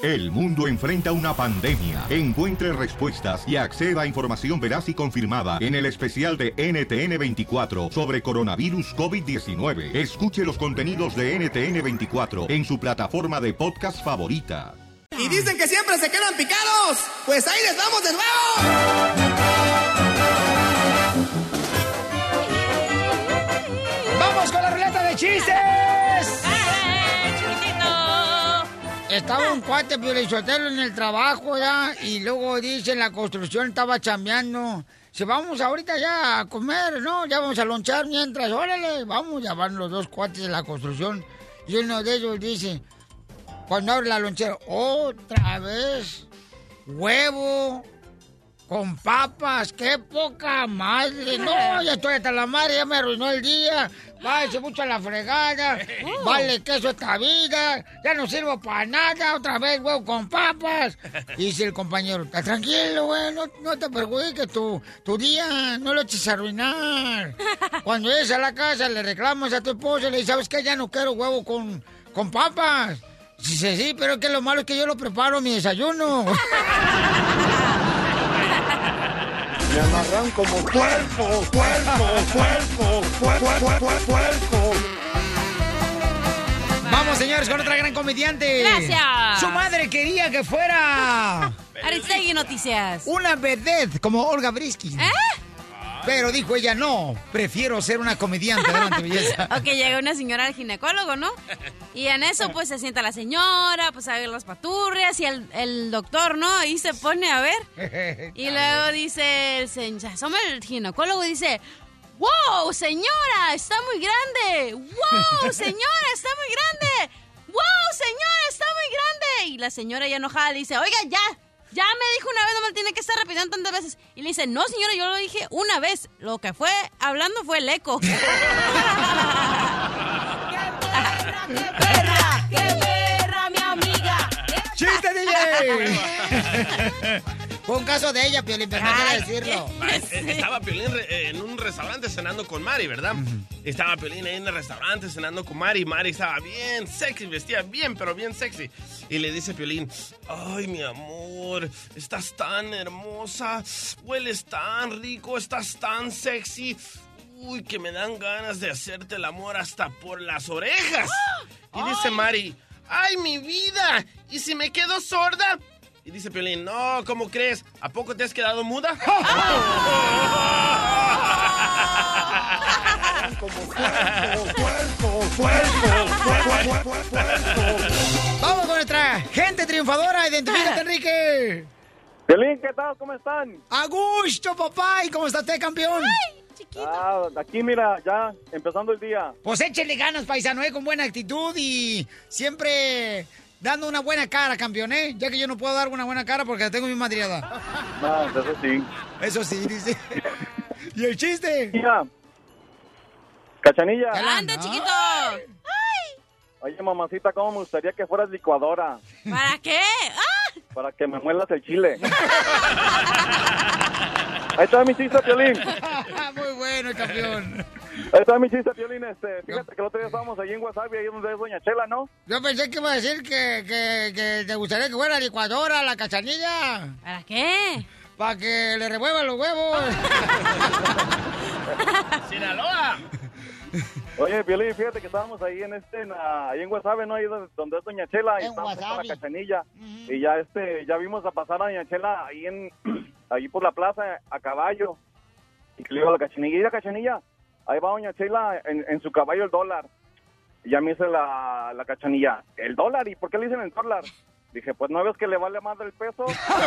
El mundo enfrenta una pandemia. Encuentre respuestas y acceda a información veraz y confirmada en el especial de NTN24 sobre coronavirus COVID-19. Escuche los contenidos de NTN24 en su plataforma de podcast favorita. Y dicen que siempre se quedan picados. Pues ahí les damos de nuevo. ¡Vamos con la ruleta de chistes! Estaba un cuate Piolichotelo en el trabajo, ¿ya? Y luego dice, en la construcción estaba chambeando. Dice, vamos ahorita ya a comer, ¿no? Ya vamos a lonchar mientras, órale. Vamos, ya van los dos cuates de la construcción. Y uno de ellos dice, cuando abre la lonchera, otra vez, huevo con papas, qué poca madre. No, ya estoy hasta la madre, ya me arruinó el día. Váyase mucho a la fregada. Vale queso esta vida. Ya no sirvo para nada. Otra vez huevo con papas. Y dice el compañero, está tranquilo, güey, no te perjudiques tu día. No lo eches a arruinar. Cuando llegues a la casa, le reclamas a tu esposa y le dices, ¿sabes qué? Ya no quiero huevo con papas. Dice, sí, pero es que lo malo es que yo lo preparo a mi desayuno. Me amarran como puerco. Vamos, señores, con otra gran comediante. Gracias. Su madre quería que fuera Aristegui Noticias. una vedette como Olga Brisky. Pero dijo ella, no, prefiero ser una comediante. Adelante, belleza. Ok, llega una señora al ginecólogo, ¿no? Y en eso, pues, se sienta la señora, pues, a ver las paturrias y el doctor, ¿no? Y se pone a ver. Y luego dice el señor, se asoma el ginecólogo y dice, ¡wow, señora, está muy grande! ¡Wow, señora, está muy grande! ¡Wow, señora, está muy grande! Y la señora ya enojada le dice, oiga, ya me dijo una vez, no me tiene que estar repitiendo tantas veces. Y le dice, no, señora, yo lo dije una vez. Lo que fue hablando fue el eco. ¡Qué perra, mi amiga! ¡Chiste, DJ! Fue un caso de ella, Piolín, pero no quiero decirlo. Estaba Piolín en un restaurante cenando con Mari, ¿verdad? Estaba Piolín ahí en el restaurante cenando con Mari. Mari estaba bien sexy, vestía bien, pero bien sexy. Y le dice Piolín, ay, mi amor, estás tan hermosa, hueles tan rico, estás tan sexy. Uy, que me dan ganas de hacerte el amor hasta por las orejas. Y dice Mari, ay, mi vida, ¿y si me quedo sorda? Y dice Piolín, no, ¿cómo crees? ¿A poco te has quedado muda? Vamos con nuestra gente triunfadora. Identifícate, Enrique. Piolín, ¿qué tal? ¿Cómo están? A gusto, papá. ¿Y cómo está usted, campeón? Ay, chiquito. Aquí, mira, ya empezando el día. Pues échele ganas, paisano, con buena actitud y siempre dando una buena cara, campeón, ya que yo no puedo dar una buena cara porque la tengo bien madriada. No, eso sí. Eso sí, dice. ¿Y el chiste? Mira, Cachanilla. ¡Anda, chiquito! Oye, mamacita, ¿cómo me gustaría que fueras licuadora? ¿Para qué? ¡Ah! Para que me muelas el chile. Ahí está mi chiste, Piolín. Muy bueno, campeón. Ahí está mi chiste, Piolín. Fíjate que el otro día estábamos ahí en Wasabi, ahí donde es Doña Chela, ¿no? Yo pensé que iba a decir que te gustaría que fuera licuadora, la Cachanilla. ¿Para qué? Para que le remueva los huevos. ¡Sinaloa! Oye, Piolín, fíjate que estábamos ahí ahí en Wasabi, ¿no? Ahí donde es Doña Chela, y En estábamos con Wasabi. la Cachanilla. Y ya vimos a pasar a Doña Chela ahí por la plaza a caballo. Y le digo a la Cachanilla, mira, Cachanilla, ahí va Doña Chela en su caballo el dólar. Y ya me dice la Cachanilla, ¿el dólar? ¿Y por qué le dicen el dólar? Dije, pues ¿no ves que le vale más del peso?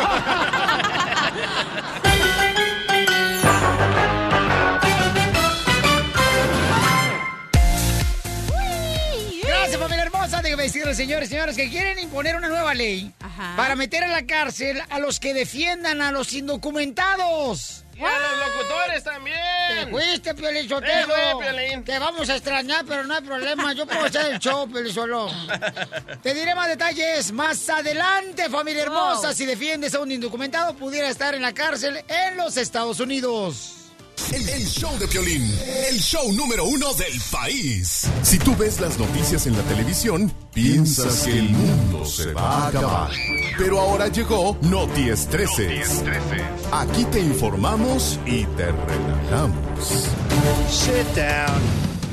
Gracias, familia hermosa. Déjenme decirles, señores y señores, que quieren imponer una nueva ley para meter a la cárcel a los que defiendan a los indocumentados. ¡Y a los locutores también! Te fuiste, Piolichotelo. Piolín. Te vamos a extrañar, pero no hay problema. Yo puedo hacer el show, Piolicholo. Te diré más detalles más adelante, familia hermosa. Si defiendes a un indocumentado, pudiera estar en la cárcel en los Estados Unidos. El show de Piolín, el show número 1 del país. Si tú ves las noticias en la televisión, piensas que el mundo se va a acabar. Pero ahora llegó Noti Estreses. Aquí te informamos y te relajamos. Sit down.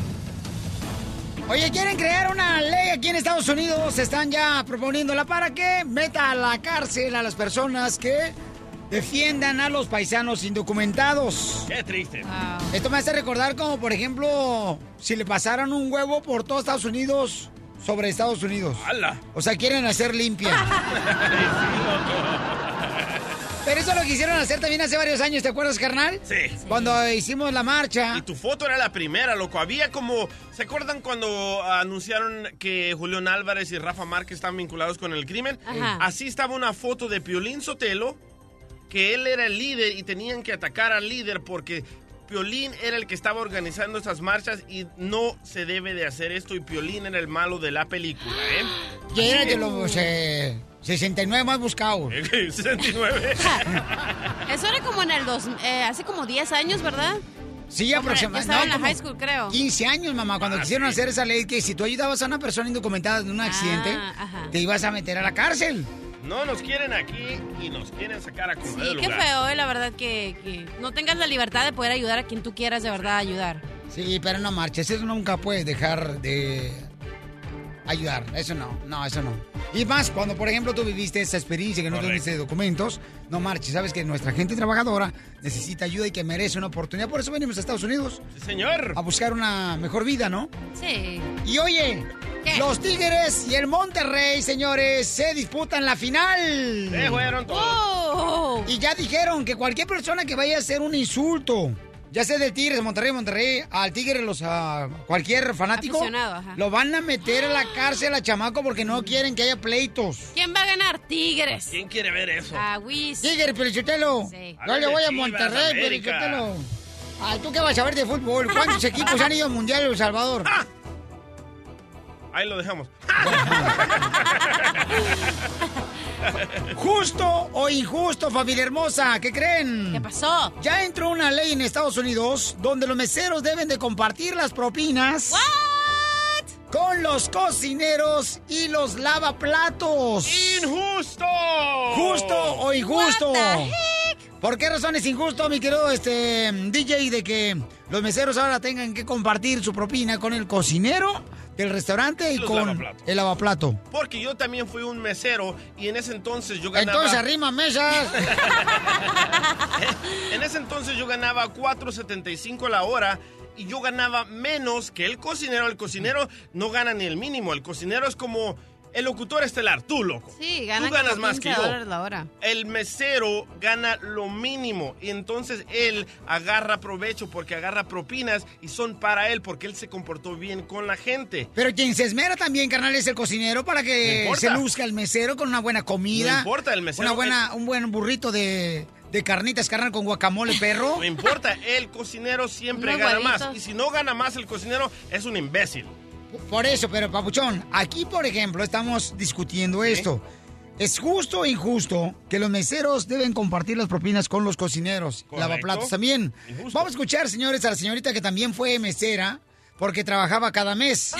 Oye, quieren crear una ley aquí en Estados Unidos. Están ya proponiéndola para que meta a la cárcel a las personas que defiendan a los paisanos indocumentados. Qué triste. Esto me hace recordar como, por ejemplo, si le pasaran un huevo por todo Estados Unidos sobre Estados Unidos. ¡Hala! O sea, quieren hacer limpia. Pero eso lo quisieron hacer también hace varios años, ¿te acuerdas, carnal? Sí. Cuando hicimos la marcha. Y tu foto era la primera, loco. Había como... ¿Se acuerdan cuando anunciaron que Julián Álvarez y Rafa Márquez están vinculados con el crimen? Ajá. Así estaba una foto de Piolín Sotelo, que él era el líder y tenían que atacar al líder porque Piolín era el que estaba organizando esas marchas y no se debe de hacer esto y Piolín era el malo de la película, ¿eh? Y era de los 69 más buscados. 69. Eso era como en el hace como 10 años, ¿verdad? Sí, Yo aproximadamente. estaba en la high school, creo. 15 años, mamá, cuando quisieron hacer esa ley que si tú ayudabas a una persona indocumentada en un accidente, ajá. te ibas a meter a la cárcel. No nos quieren aquí y nos quieren sacar a comer Sí, del qué lugar. feo, la verdad, que no tengas la libertad de poder ayudar a quien tú quieras de verdad ayudar. Sí, pero no marches, eso nunca puedes dejar de ayudar, eso no, eso no. Y más, cuando por ejemplo tú viviste esa experiencia que no tuviste documentos, no marches, sabes que nuestra gente trabajadora necesita ayuda y que merece una oportunidad, por eso venimos a Estados Unidos. Sí, señor. A buscar una mejor vida, ¿no? Sí. Y oye, ¿qué? Los Tigres y el Monterrey, señores, se disputan la final. Se fueron todos. ¡Oh! Y ya dijeron que cualquier persona que vaya a hacer un insulto, ya sea del Tigres, Monterrey, al Tigre, cualquier fanático, Aficionado, ajá. lo van a meter a la cárcel a chamaco porque no quieren que haya pleitos. ¿Quién va a ganar? Tigres. ¿Quién quiere ver eso? Aguis. Tigre, Pelichotelo. Sí. Yo le voy a Chivas, Monterrey, América. Pelichotelo. Ay, ¿tú qué vas a ver de fútbol? ¿Cuántos equipos han ido al Mundial en El Salvador? Ahí lo dejamos. ¿Justo o injusto, familia hermosa? ¿Qué creen? ¿Qué pasó? Ya entró una ley en Estados Unidos donde los meseros deben de compartir las propinas con los cocineros y los lavaplatos. ¡Injusto! ¿Justo o injusto? What the heck? ¿Por qué razón es injusto, mi querido DJ, de que los meseros ahora tengan que compartir su propina con el cocinero del restaurante y los con lavaplatos. el lavaplato? Porque yo también fui un mesero y en ese entonces yo ganaba... Entonces arrima mesas. En ese entonces yo ganaba $4.75 la hora y yo ganaba menos que el cocinero. El cocinero no gana ni el mínimo. El cocinero es como el locutor estelar, tú, loco. Sí, Tú ganan ganas como más que yo. $15 la hora. El mesero gana lo mínimo y entonces él agarra provecho porque agarra propinas y son para él porque él se comportó bien con la gente. Pero quien se esmera también, carnal, es el cocinero para No que importa. se luzca el mesero con una buena comida. No importa, el mesero... Un buen burrito de carnitas, carnal, con guacamole, perro. No importa, el cocinero siempre Unos gana huevitos. más. Y si no gana más el cocinero, es un imbécil. Por eso, pero papuchón, aquí, por ejemplo, estamos discutiendo esto. ¿Es justo o injusto que los meseros deben compartir las propinas con los cocineros? Correcto. Lavaplatos también. Injusto. Vamos a escuchar, señores, a la señorita que también fue mesera porque trabajaba cada mes.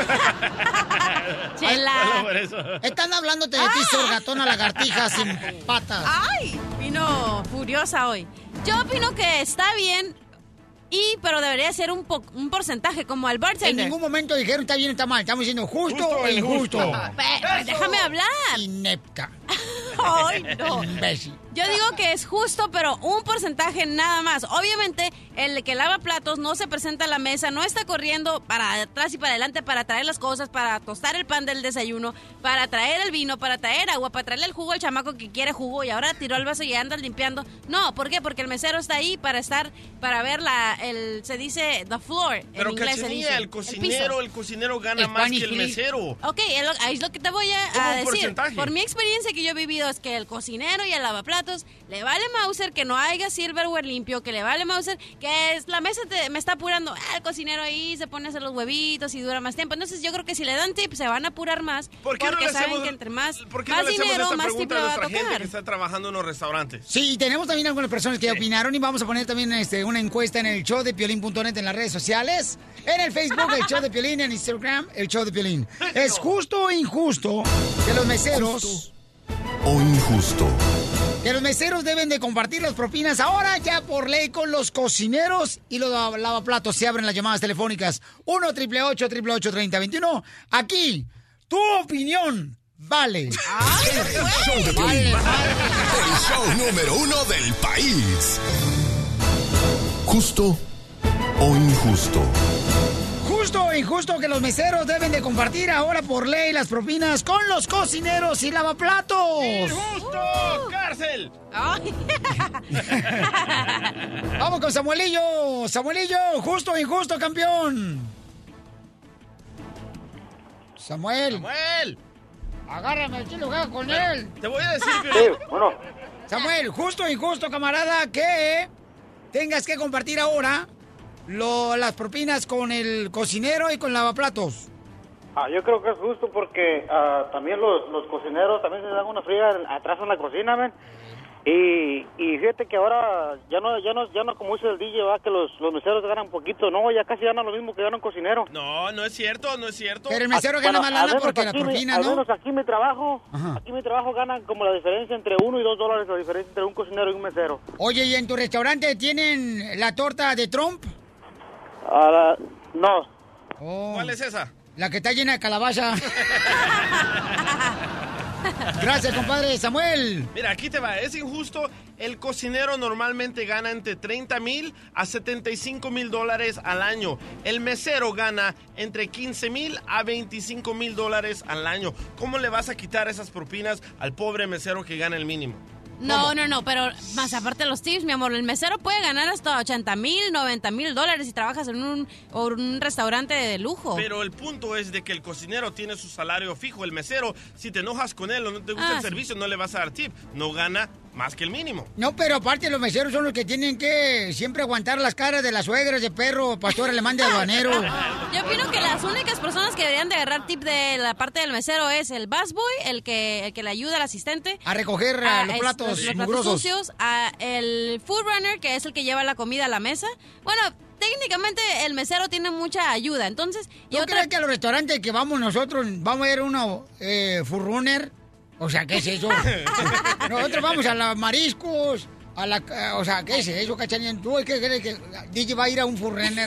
Chela. Por eso. Están hablándote de ti, sorgatona lagartija sin patas. Ay, vino furiosa hoy. Yo opino que está bien, pero debería ser un porcentaje como al En bartender. ningún momento dijeron está bien o está mal. Estamos diciendo justo Justo o o injusto. injusto. Déjame hablar. Inepta. Ay, no. Imbécil. Yo digo que es justo, pero un porcentaje nada más. Obviamente, el que lava platos no se presenta a la mesa, no está corriendo para atrás y para adelante para traer las cosas, para tostar el pan del desayuno, para traer el vino, para traer agua, para traerle el jugo al chamaco que quiere jugo y ahora tiró el vaso y anda limpiando. No, ¿por qué? Porque el mesero está ahí para ver se dice the floor. Pero en inglés se Cachanilla, dice, el cocinero gana más Spanish que el please. mesero. Ok, ahí es lo que te voy ¿Cómo a un decir. porcentaje? Por mi experiencia que yo he vivido es que el cocinero y el lavaplatos platos, le vale Mauser que no haya silverware limpio, que le vale Mauser que la mesa me está apurando. El cocinero ahí se pone a hacer los huevitos y dura más tiempo. Entonces yo creo que si le dan tip se van a apurar más, porque saben que entre más dinero, más tip le va a tocar. Gente que está trabajando en los restaurantes. Sí, tenemos también algunas personas que opinaron y vamos a poner también una encuesta en el show de Piolín.net en las redes sociales, en el Facebook, el show de Piolín, en Instagram, el show de Piolín. ¿Es justo o injusto que los meseros... ¿Justo o injusto? Que los meseros deben de compartir las propinas ahora ya por ley con los cocineros y los lavaplatos. Se abren las llamadas telefónicas 1-888-888-3021. Aquí, tu opinión vale. El show de Piolín. El show número 1 del país. ¿Justo o injusto? Justo o injusto que los meseros deben de compartir ahora por ley las propinas con los cocineros y lavaplatos. ¡Injusto! ¡Cárcel! Vamos con Samuelillo. Samuelillo, justo o injusto, campeón. Samuel. Agárrame aquí lugar con él. Te voy a decir que... Sí, bueno. Samuel, justo o injusto, camarada, que tengas que compartir ahora las propinas con el cocinero y con lavaplatos. Yo creo que es justo porque también los cocineros también se dan una fría atrás en la cocina, ¿ven? Y fíjate que ahora ya no como dice el DJ, va, que los meseros ganan poquito. No, ya casi ganan lo mismo que gana un cocinero. No es cierto. Pero el mesero gana más lana porque la propina, ¿no? Al menos aquí mi trabajo ganan como la diferencia entre $1 y $2, la diferencia entre un cocinero y un mesero. Oye, ¿y en tu restaurante tienen la torta de Trump? No. ¿Cuál es esa? La que está llena de calabaza. Gracias, compadre Samuel. Mira, aquí te va. Es injusto. El cocinero normalmente gana entre $30,000 a $75,000 al año. El mesero gana entre $15,000 a $25,000 al año. ¿Cómo le vas a quitar esas propinas al pobre mesero que gana el mínimo? No, pero más aparte de los tips, mi amor, el mesero puede ganar hasta $80,000, $90,000 si trabajas en un restaurante de lujo. Pero el punto es de que el cocinero tiene su salario fijo. El mesero, si te enojas con él o no te gusta el servicio, no le vas a dar tip. No gana más que el mínimo. No, pero aparte los meseros son los que tienen que siempre aguantar las caras de las suegras de perro, pastor alemán de aduanero. Yo opino que las únicas personas que deberían de agarrar tip de la parte del mesero es el busboy, el que le ayuda al asistente a recoger los platos sucios, el food runner, que es el que lleva la comida a la mesa. Bueno, técnicamente el mesero tiene mucha ayuda, entonces... ¿Tú crees que a los restaurantes que vamos nosotros, vamos a ver uno food runner? O sea, ¿qué es eso? Nosotros vamos a los mariscos, o sea, ¿qué es eso, Cachanilla? ¿Tú qué crees que DJ va a ir a un food runner?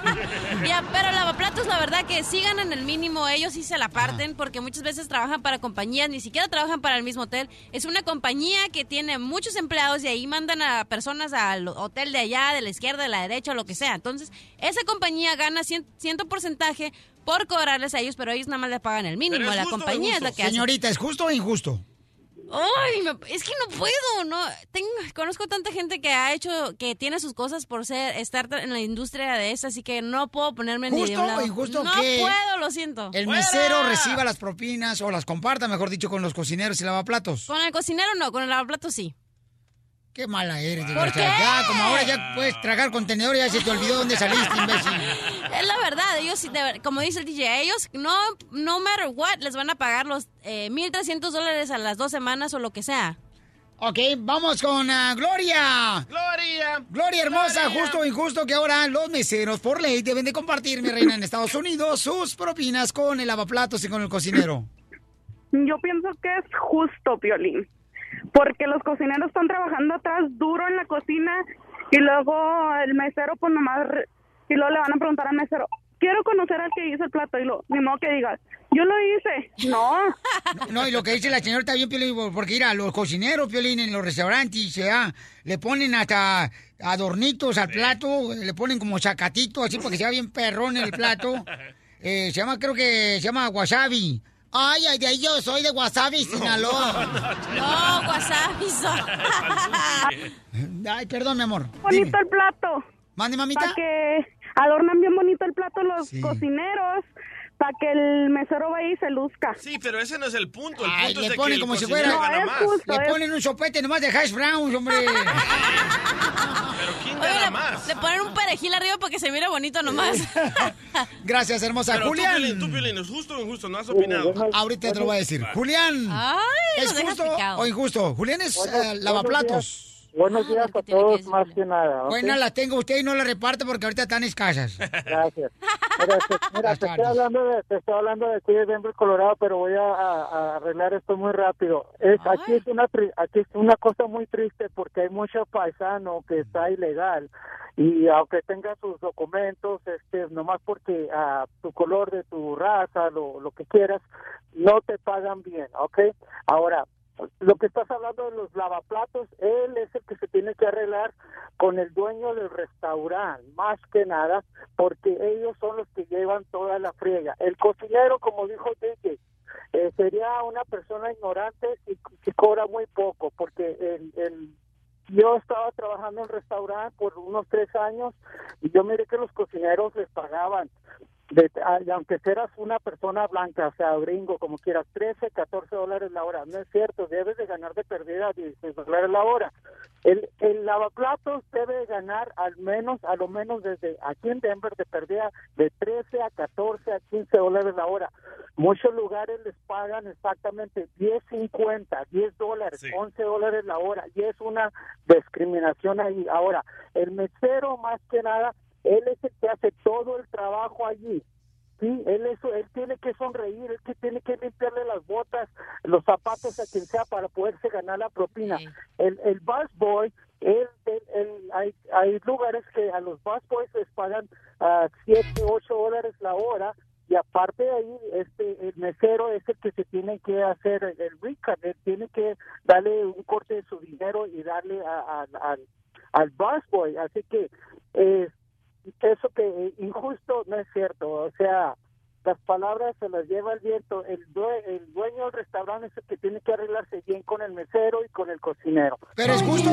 Ya, pero lavaplatos, la verdad que sí ganan el mínimo, ellos sí se la parten, porque muchas veces trabajan para compañías, ni siquiera trabajan para el mismo hotel. Es una compañía que tiene muchos empleados y ahí mandan a personas al hotel de allá, de la izquierda, de la derecha, o lo que sea. Entonces, esa compañía gana cierto porcentaje por cobrarles a ellos, pero ellos nada más le pagan el mínimo. La compañía es la que hace. Señorita, ¿es justo o injusto? Ay, es que no puedo, no. Conozco tanta gente que tiene sus cosas por estar en la industria de esa, así que no puedo ponerme ni de un lado. ¿Justo o injusto no que puedo, lo siento. el mesero reciba las propinas o las comparta, mejor dicho, con los cocineros y lavaplatos? Con el cocinero no, con el lavaplatos sí. Qué mala eres. ¿Por qué? Ya, como ahora ya puedes tragar contenedor, ya se te olvidó dónde saliste, imbécil. Es la verdad, ellos, como dice el DJ, ellos no matter what, les van a pagar los $1,300 a las 2 semanas o lo que sea. Ok, vamos con Gloria. Gloria hermosa, justo o injusto que ahora los meseros por ley deben de compartir, mi reina, en Estados Unidos, sus propinas con el lavaplatos y con el cocinero. Yo pienso que es justo, Piolín. Porque los cocineros están trabajando atrás duro en la cocina y luego el mesero pues nomás... Y luego le van a preguntar al mesero, quiero conocer al que hizo el plato. Y ni modo que diga, yo lo hice. No, y lo que dice la señora está bien, Piolín, porque mira, los cocineros, Piolín, en los restaurantes, le ponen hasta adornitos al plato, le ponen como sacatito, así para que sea bien perrón el plato. Creo que se llama wasabi. Ay, de ahí yo soy de Wasabi, Sinaloa. No, Wasabi. Ay, perdón, mi amor. Bonito el plato. ¿Mande, mamita? Para que adornan bien bonito el plato los cocineros, para que el mesero vaya y se luzca. Sí, pero ese no es el punto. El Ay, punto le es de ponen que el como si cocinero fuera- gana No, más. es justo. Le ponen un sopete nomás de hash browns, hombre. Pero ¿quién Oye, gana más? le ponen un perejil arriba para que se mire bonito nomás. Gracias, hermosa. Pero Julián. tú, Piolín, ¿es justo o injusto? No has opinado. Ahorita te lo voy a decir. Julián. Ay, ¿Es nos dejas justo picado. o injusto? Julián es lavaplatos. Buenos días a todos, más que nada. ¿ok? Bueno, las tengo usted y no las reparte porque ahorita están escasas. Gracias. Mira, te estoy hablando de aquí de Denver, Colorado, pero voy a arreglar esto muy rápido. Aquí es una cosa muy triste porque hay mucho paisano que está ilegal y aunque tenga sus documentos, nomás porque tu color de tu raza, lo que quieras, no te pagan bien, ¿ok? Ahora, lo que estás hablando de los lavaplatos, él es el que se tiene que arreglar con el dueño del restaurante, más que nada, porque ellos son los que llevan toda la friega. El cocinero, como dijo DJ, sería una persona ignorante y cobra muy poco, porque yo estaba trabajando en restaurante por unos 3 años y yo miré que los cocineros les pagaban, aunque seas una persona blanca, o sea, gringo, como quieras, $13-14 la hora. No es cierto, debes de ganar de perdida $16 la hora. El lavaplatos debe ganar a lo menos desde aquí en Denver de perdida de 13 a 14 a $15 la hora. Muchos lugares les pagan exactamente $10.50, $10, sí. $11 la hora, y es una discriminación ahí. Ahora, el mesero, más que nada, él es el que hace todo el trabajo allí. Sí, él tiene que sonreír, él que tiene que limpiarle las botas, los zapatos a quien sea para poderse ganar la propina. Sí. El busboy, hay lugares que a los busboys les pagan $7-8 la hora, y aparte de ahí, el mesero es el que se tiene que hacer el recap, él tiene que darle un corte de su dinero y darle al busboy. Así que eso que injusto no es cierto, o sea, las palabras se las lleva el viento. El dueño del restaurante es el que tiene que arreglarse bien con el mesero y con el cocinero. Pero es justo.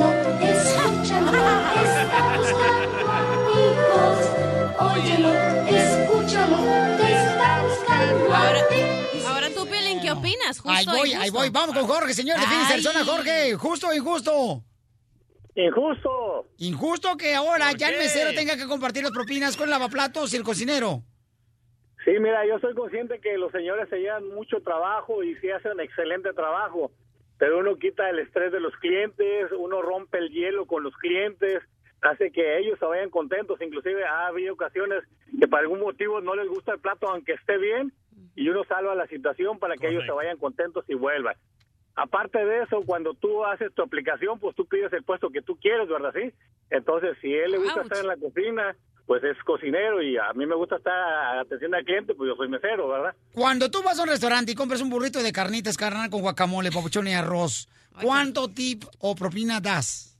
Óyelo, escúchalo, te está buscando. Ahora tú, Piolín, ¿qué opinas? ¿Justo Ahí voy, vamos con Jorge, señor de Phoenix, Arizona. Jorge, ¿justo o injusto? Injusto. Injusto que ahora ya el mesero tenga que compartir las propinas con el lavaplatos y el cocinero. Sí, mira, yo soy consciente que los señores se llevan mucho trabajo y sí hacen excelente trabajo, pero uno quita el estrés de los clientes, uno rompe el hielo con los clientes, hace que ellos se vayan contentos. Inclusive ha habido ocasiones que por algún motivo no les gusta el plato aunque esté bien, y uno salva la situación para que ellos se vayan contentos y vuelvan. Aparte de eso, cuando tú haces tu aplicación, pues tú pides el puesto que tú quieres, ¿verdad? Sí. Entonces, si a él le gusta estar en la cocina, pues es cocinero, y a mí me gusta estar a atención al cliente, pues yo soy mesero, ¿verdad? Cuando tú vas a un restaurante y compras un burrito de carnitas, carnal, con guacamole, papuchón y arroz, ¿cuánto tip o propina das?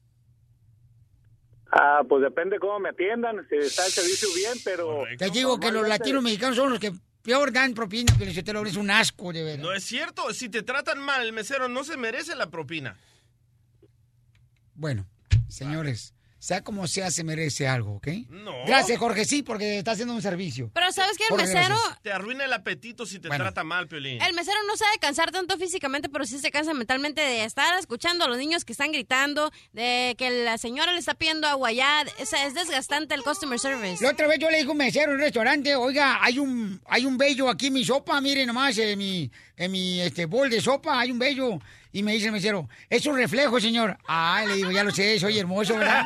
Pues depende cómo me atiendan, si está el servicio bien, pero... Te digo que los latinos mexicanos son los que peor dan propina, que te lo es un asco, de verdad. No es cierto, si te tratan mal, el mesero no se merece la propina. Bueno, señores, sea como sea, se merece algo, ¿ok? No. Gracias, Jorge, sí, porque está haciendo un servicio. Pero ¿sabes qué? El Jorge, mesero... gracias. Te arruina el apetito si te trata mal, Piolín. El mesero no sabe cansar tanto físicamente, pero sí se cansa mentalmente de estar escuchando a los niños que están gritando, de que la señora le está pidiendo agua ya. Es desgastante el customer service. La otra vez yo le dije a un mesero en un restaurante, oiga, hay un vello aquí en mi sopa, mire nomás, en mi bol de sopa hay un vello. Y me dice el mesero, es un reflejo, señor. Ah, le digo, ya lo sé, soy hermoso, ¿verdad?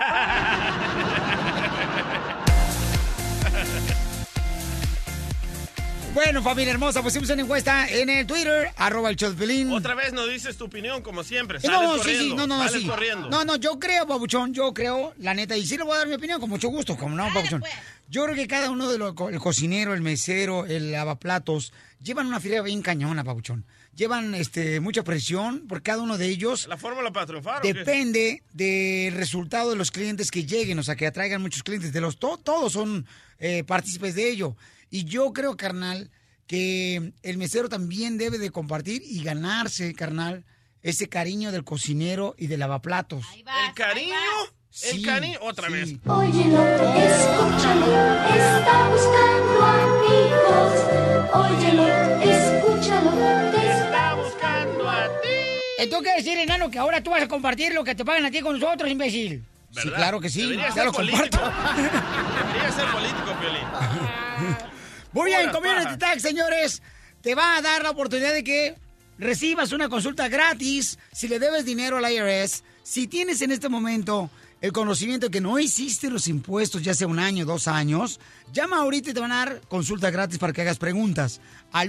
Bueno, familia hermosa, pusimos una encuesta en el Twitter, @el_show_de_Piolín. Otra vez no dices tu opinión, como siempre. Corriendo. No, yo creo, Pabuchón, la neta, y sí le voy a dar mi opinión con mucho gusto, como no, Pabuchón. Yo creo que cada uno de el cocinero, el mesero, el lavaplatos, llevan una friega bien cañona, Pabuchón. Llevan mucha presión por cada uno de ellos. ¿La fórmula para triunfar? Depende del resultado de los clientes que lleguen, o sea, que atraigan muchos clientes. Todos son partícipes de ello. Y yo creo, carnal, que el mesero también debe de compartir y ganarse, carnal, ese cariño del cocinero y del lavaplatos. ¿El cariño? El Cani, otra vez. Óyelo, escúchalo, está buscando amigos. Óyelo, escúchalo, te está buscando a ti. Entonces quiere decir, enano, que ahora tú vas a compartir lo que te pagan a ti con nosotros, imbécil. ¿Verdad? Sí, claro que sí. Debería Ya ser lo político. comparto. Debería ser político, Piolín. Muy bien, Puras Community pajas. Tax, señores, te va a dar la oportunidad de que recibas una consulta gratis si le debes dinero al IRS. Si tienes en este momento el conocimiento de que no hiciste los impuestos ya hace 1 año, 2 años, llama ahorita y te van a dar consulta gratis para que hagas preguntas al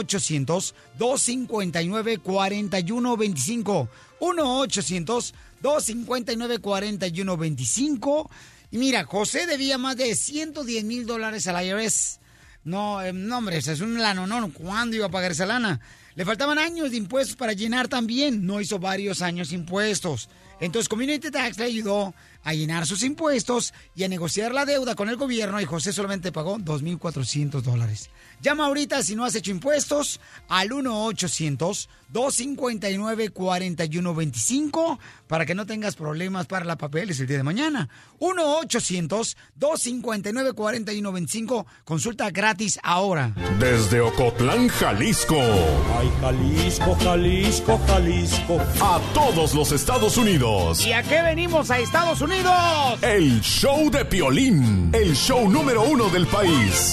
1-800-259-4125. 1-800-259-4125. Y mira, José debía más de $110,000 al IRS. No, hombre, es un lano, ¿no? ¿Cuándo iba a pagar esa lana? Le faltaban años de impuestos para llenar también. No hizo varios años impuestos. Entonces, Community Tax le ayudó a llenar sus impuestos y a negociar la deuda con el gobierno, y José solamente pagó $2,400. Llama ahorita si no has hecho impuestos al 1-800-259-4125 para que no tengas problemas para la papeles el día de mañana. 1-800-259-4125. Consulta gratis ahora. Desde Ocotlán, Jalisco. Ay, Jalisco, Jalisco, Jalisco. A todos los Estados Unidos. ¿Y a qué venimos a Estados Unidos? El show de Piolín. El show número 1 del país.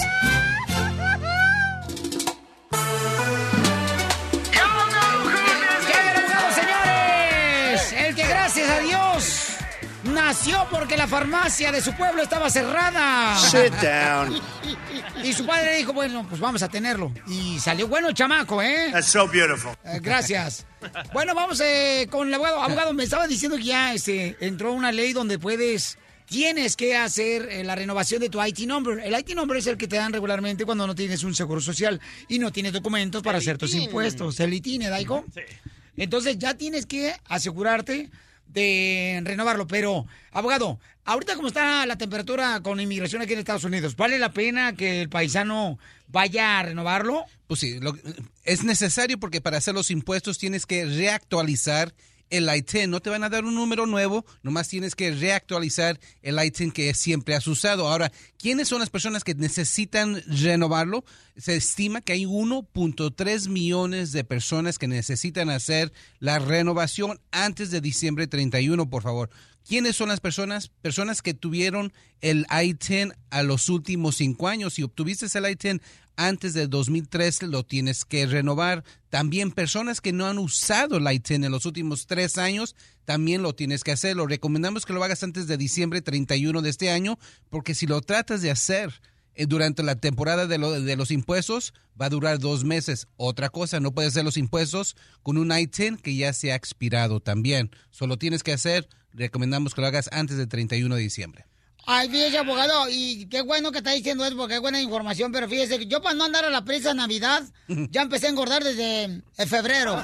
Señores, el que gracias a Dios nació porque la farmacia de su pueblo estaba cerrada. Sit down. Y su padre dijo, bueno, pues vamos a tenerlo. Y salió bueno el chamaco, ¿eh? That's so beautiful. Gracias. Bueno, vamos con el abogado. Abogado, me estaba diciendo que ya entró una ley donde tienes que hacer la renovación de tu IT number. El IT number es el que te dan regularmente cuando no tienes un seguro social y no tienes documentos para hacer tus impuestos. El ITIN, Daigo. Sí. Entonces ya tienes que asegurarte de renovarlo. Pero, abogado, ahorita como está la temperatura con inmigración aquí en Estados Unidos, ¿vale la pena que el paisano vaya a renovarlo? Pues sí, es necesario porque para hacer los impuestos tienes que reactualizar el ITIN. No te van a dar un número nuevo, nomás tienes que reactualizar el ITIN que siempre has usado. Ahora, ¿quiénes son las personas que necesitan renovarlo? Se estima que hay 1.3 millones de personas que necesitan hacer la renovación antes de diciembre 31, por favor. ¿Quiénes son las personas? Personas que tuvieron el ITIN a los últimos 5 años. Si obtuviste el ITIN antes de 2013, lo tienes que renovar. También personas que no han usado el ITIN en los últimos 3 años, también lo tienes que hacer. Lo recomendamos que lo hagas antes de diciembre 31 de este año, porque si lo tratas de hacer durante la temporada de los impuestos, va a durar 2 meses. Otra cosa, no puedes hacer los impuestos con un ITIN que ya se ha expirado también. Solo tienes que hacer, recomendamos que lo hagas antes del 31 de diciembre. Ay, fíjese, abogado, y qué bueno que está diciendo eso, porque es buena información, pero fíjese que yo para no andar a la prisa en Navidad, ya empecé a engordar desde febrero.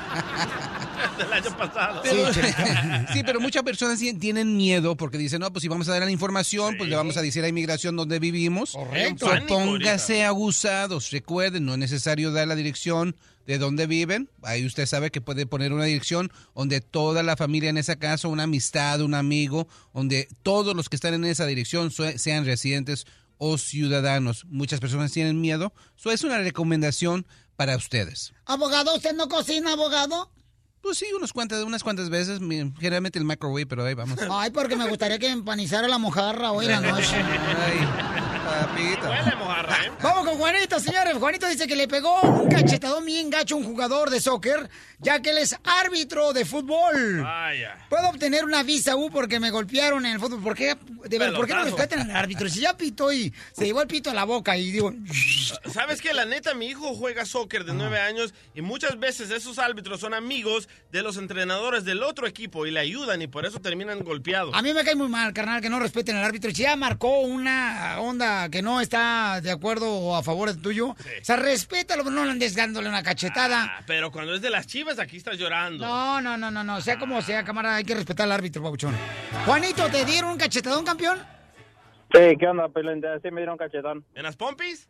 Del año pasado. Sí, pero muchas personas tienen miedo porque dicen, no, pues si vamos a dar la información, pues le vamos a decir a inmigración dónde vivimos. Correcto. Póngase abusados. Recuerden, no es necesario dar la dirección de dónde viven. Ahí usted sabe que puede poner una dirección donde toda la familia en esa casa, una amistad, un amigo, donde todos los que están en esa dirección sean residentes o ciudadanos. Muchas personas tienen miedo. Eso es una recomendación para ustedes. Abogado, ¿usted no cocina, abogado? Pues sí, unas cuantas veces, generalmente el microwave, pero ahí vamos. Ay, porque me gustaría que empanizara la mojarra hoy en la noche. Ay, papita. Huele mojarra, ¿eh? Vamos con Juanito, señores. Juanito dice que le pegó un cachetadón bien gacho a un jugador de soccer, ya que él es árbitro de fútbol. Vaya. Puedo obtener una visa U porque me golpearon en el fútbol. ¿Por qué? De ver, ¿por qué no respetan al árbitro? Si ya pitó y se llevó el pito a la boca y digo... ¿Sabes qué? La neta, mi hijo juega soccer de 9 años y muchas veces esos árbitros son amigos de los entrenadores del otro equipo y le ayudan y por eso terminan golpeados. A mí me cae muy mal, carnal, que no respeten al árbitro. Si ya marcó una onda que no está de acuerdo o a favor de tuyo, sí. O sea, respétalo, pero no le andes dándole una cachetada. Pero cuando es de las Chivas, aquí estás llorando. No. Sea como sea, cámara, hay que respetar al árbitro, papuchón. Juanito, ¿te dieron un cachetadón, campeón? Sí, ¿qué onda, pelón? Sí me dieron cachetón. ¿En las pompis?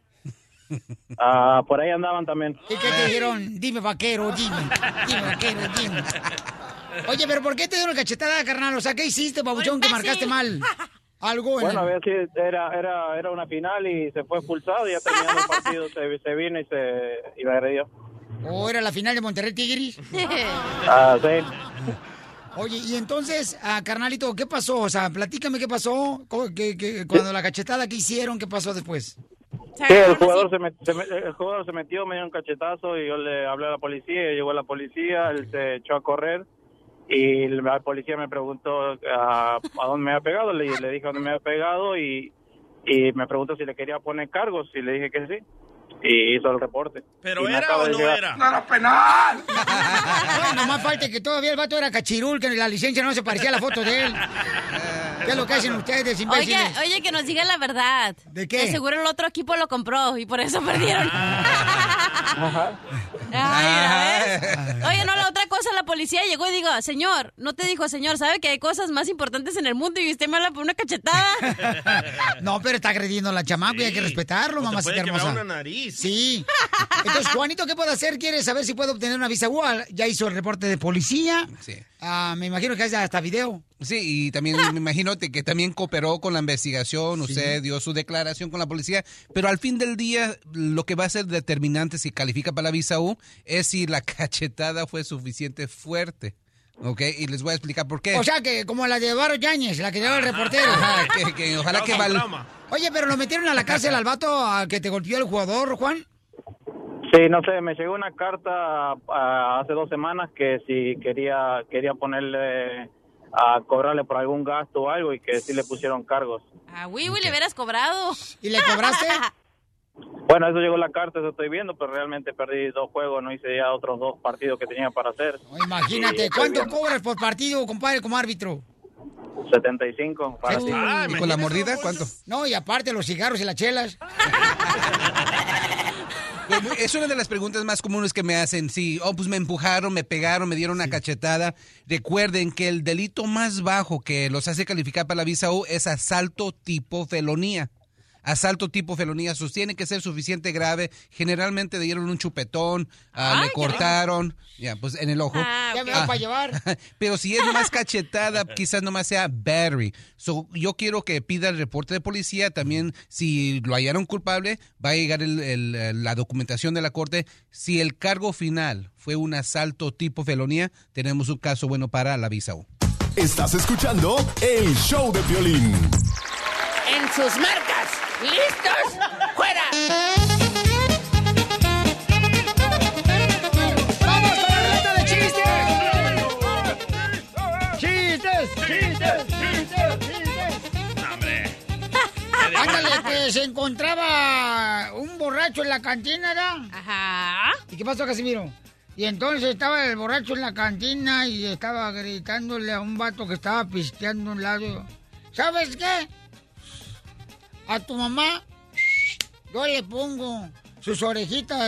Por ahí andaban también. ¿Y qué te dijeron? Dime, vaquero, dime. Dime, vaquero, dime. Oye, pero ¿por qué te dio una cachetada, carnal? O sea, ¿qué hiciste, babuchón, que marcaste mal? Algo en Bueno, a ver si era una final y se fue expulsado y ya terminando el partido se vino y me agredió. ¿O era la final de Monterrey Tigres? Sí. Oye, y entonces, carnalito, ¿qué pasó? O sea, platícame qué pasó, cuando la cachetada que hicieron, ¿qué pasó después? Sí, el jugador se metió, me dio un cachetazo y yo le hablé a la policía, y llegó la policía, él se echó a correr y la policía me preguntó a dónde me había pegado, le dije a dónde me había pegado y me preguntó si le quería poner cargos y le dije que sí. Y hizo el reporte. ¿Pero era o no era? ¡No era penal! No más falta que todavía el vato era cachirul, que la licencia no se parecía a la foto de él. ¿Qué es lo que hacen ustedes, imbéciles? Oye, que nos digan la verdad. ¿De qué? De seguro el otro equipo lo compró y por eso perdieron. Oye, no, la otra cosa, la policía llegó y digo, señor, no te dijo, señor, ¿sabe que hay cosas más importantes en el mundo y usted me habla por una cachetada? No, pero está agrediendo a la chamaca y hay que respetarlo, mamacita hermosa. Una nariz. Sí. Entonces, Juanito, ¿qué puede hacer? ¿Quiere saber si puede obtener una visa U? Ya hizo el reporte de policía. Sí. Me imagino que hay hasta video. Sí, y también me imagino que también cooperó con la investigación, usted dio su declaración con la policía, pero al fin del día lo que va a ser determinante si califica para la visa U es si la cachetada fue suficiente fuerte. Ok, y les voy a explicar por qué. O sea, que como la de Varo Yáñez, la que lleva el reportero. Ajá, que ojalá que Oye, pero lo metieron a la cárcel al vato a que te golpeó el jugador, Juan. Sí, no sé, me llegó una carta hace 2 semanas que si quería ponerle a cobrarle por algún gasto o algo y que sí le pusieron cargos. Le hubieras cobrado. ¿Y le cobraste? Bueno, eso llegó la carta, eso estoy viendo, pero realmente perdí 2 juegos, no hice ya otros 2 partidos que tenía para hacer. Imagínate, ¿cuánto cobras por partido, compadre, como árbitro? 75 para ti. ¿Y con la mordida cuánto? No, y aparte los cigarros y las chelas. Es una de las preguntas más comunes que me hacen. Sí, pues me empujaron, me pegaron, me dieron una cachetada. Recuerden que el delito más bajo que los hace calificar para la visa U es asalto tipo felonía. Asalto tipo felonía, tiene que ser suficiente grave. Generalmente le dieron un chupetón, le cortaron, pues en el ojo. Ya me va para llevar. Pero si es nomás cachetada, quizás nomás sea battery. Yo quiero que pida el reporte de policía. También, si lo hallaron culpable, va a llegar la documentación de la corte. Si el cargo final fue un asalto tipo felonía, tenemos un caso bueno para la visa U. Estás escuchando el show de Piolín. En sus marcas. ¿Listos? ¡Fuera! ¡Vamos con la ruleta de chistes! ¡Chistes! ¡Hombre! Ándale, que se encontraba un borracho en la cantina, ¿verdad? Ajá. ¿Y qué pasó, Casimiro? Y entonces estaba el borracho en la cantina y estaba gritándole a un vato que estaba pisteando a un lado. ¿Sabes qué? A tu mamá yo le pongo sus orejitas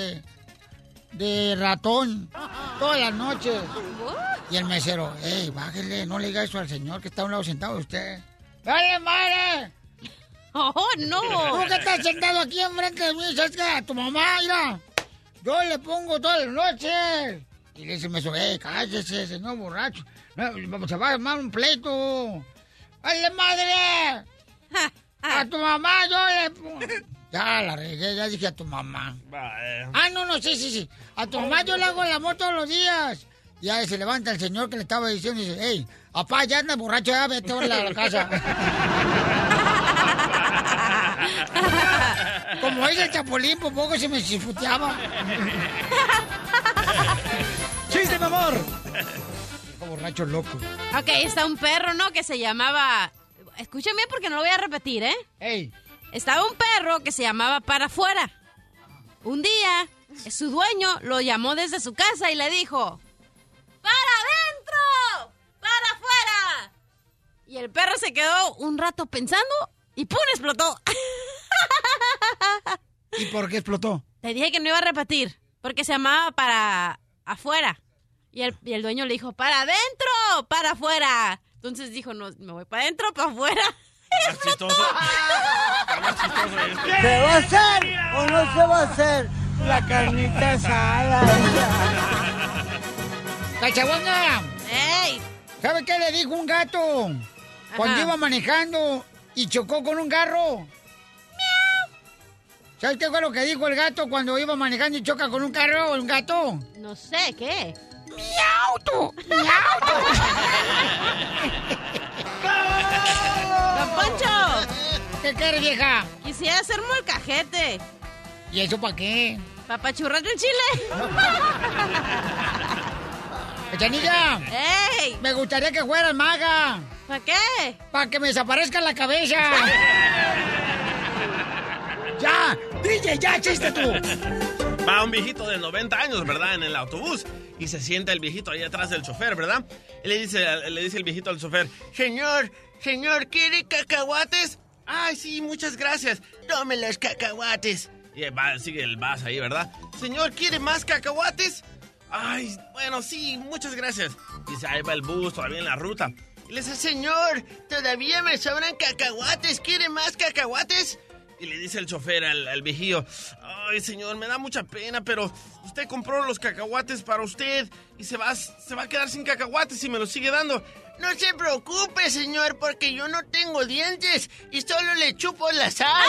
de ratón todas las noches. Y el mesero, bájele, no le diga eso al señor que está a un lado sentado de usted. ¡Dale, madre! ¡Oh, no! ¿Tú que estás sentado aquí enfrente de mí? ¿Sabes qué? A tu mamá, mira, yo le pongo todas las noches. Y le dice el mesero, cállese, señor borracho. No, se va a armar un pleito. ¡Dale, madre! A tu mamá yo le... Ya la regué, ya dije a tu mamá. No, sí. A tu mamá yo le hago el amor todos los días. Ya se levanta el señor que le estaba diciendo y dice, papá, ya anda borracho, ya vete ahora a la casa. Como dice el Chapulín, por poco se me chifuteaba. ¡Chiste, mi amor! Borracho loco. Ok, está un perro, ¿no? Que se llamaba... Escúchame porque no lo voy a repetir, ¿eh? ¡Ey! Estaba un perro que se llamaba Para Afuera. Un día, su dueño lo llamó desde su casa y le dijo... ¡Para adentro! ¡Para afuera! Y el perro se quedó un rato pensando y ¡pum! Explotó. ¿Y por qué explotó? Te dije que no iba a repetir, porque se llamaba Para Afuera. Y el dueño le dijo, ¡para adentro! ¡Para afuera! Entonces dijo, no, me voy para adentro, para afuera. Más chistoso. Más chistoso este. ¿Se va a hacer o no se va a hacer la carnita asada? ¡Cachahuanga! ¡Ey! ¿Sabe qué le dijo un gato cuando iba manejando y chocó con un carro? ¡Miau! ¿Sabes qué fue lo que dijo el gato cuando iba manejando y choca con un carro, un gato? No sé, ¿qué? ¡Mi auto! ¡Mi auto! ¡Don Poncho! ¿Qué quieres, vieja? Quisiera hacer molcajete. ¿Y eso para qué? ¿Para apachurrarte el chile? ¡Cachanilla! ¡Ey! Me gustaría que fueras maga. ¿Para qué? Para que me desaparezca la cabeza. ¡Ya! ¡DJ, ya, chiste tú! Va un viejito de 90 años, ¿verdad? En el autobús. Y se sienta el viejito ahí atrás del chofer, ¿verdad? Y le dice el viejito al chofer, Señor, ¿quiere cacahuates? Ay, sí, muchas gracias. Tome los cacahuates. Y sigue el vas ahí, ¿verdad? Señor, ¿quiere más cacahuates? Ay, bueno, sí, muchas gracias. Dice, ahí va el bus, todavía en la ruta. Y le dice, señor, todavía me sobran cacahuates. ¿Quiere más cacahuates? Y le dice el chofer al viejillo, ay, señor, me da mucha pena, pero usted compró los cacahuates para usted y se va a quedar sin cacahuates y me los sigue dando. No se preocupe, señor, porque yo no tengo dientes y solo le chupo la sal.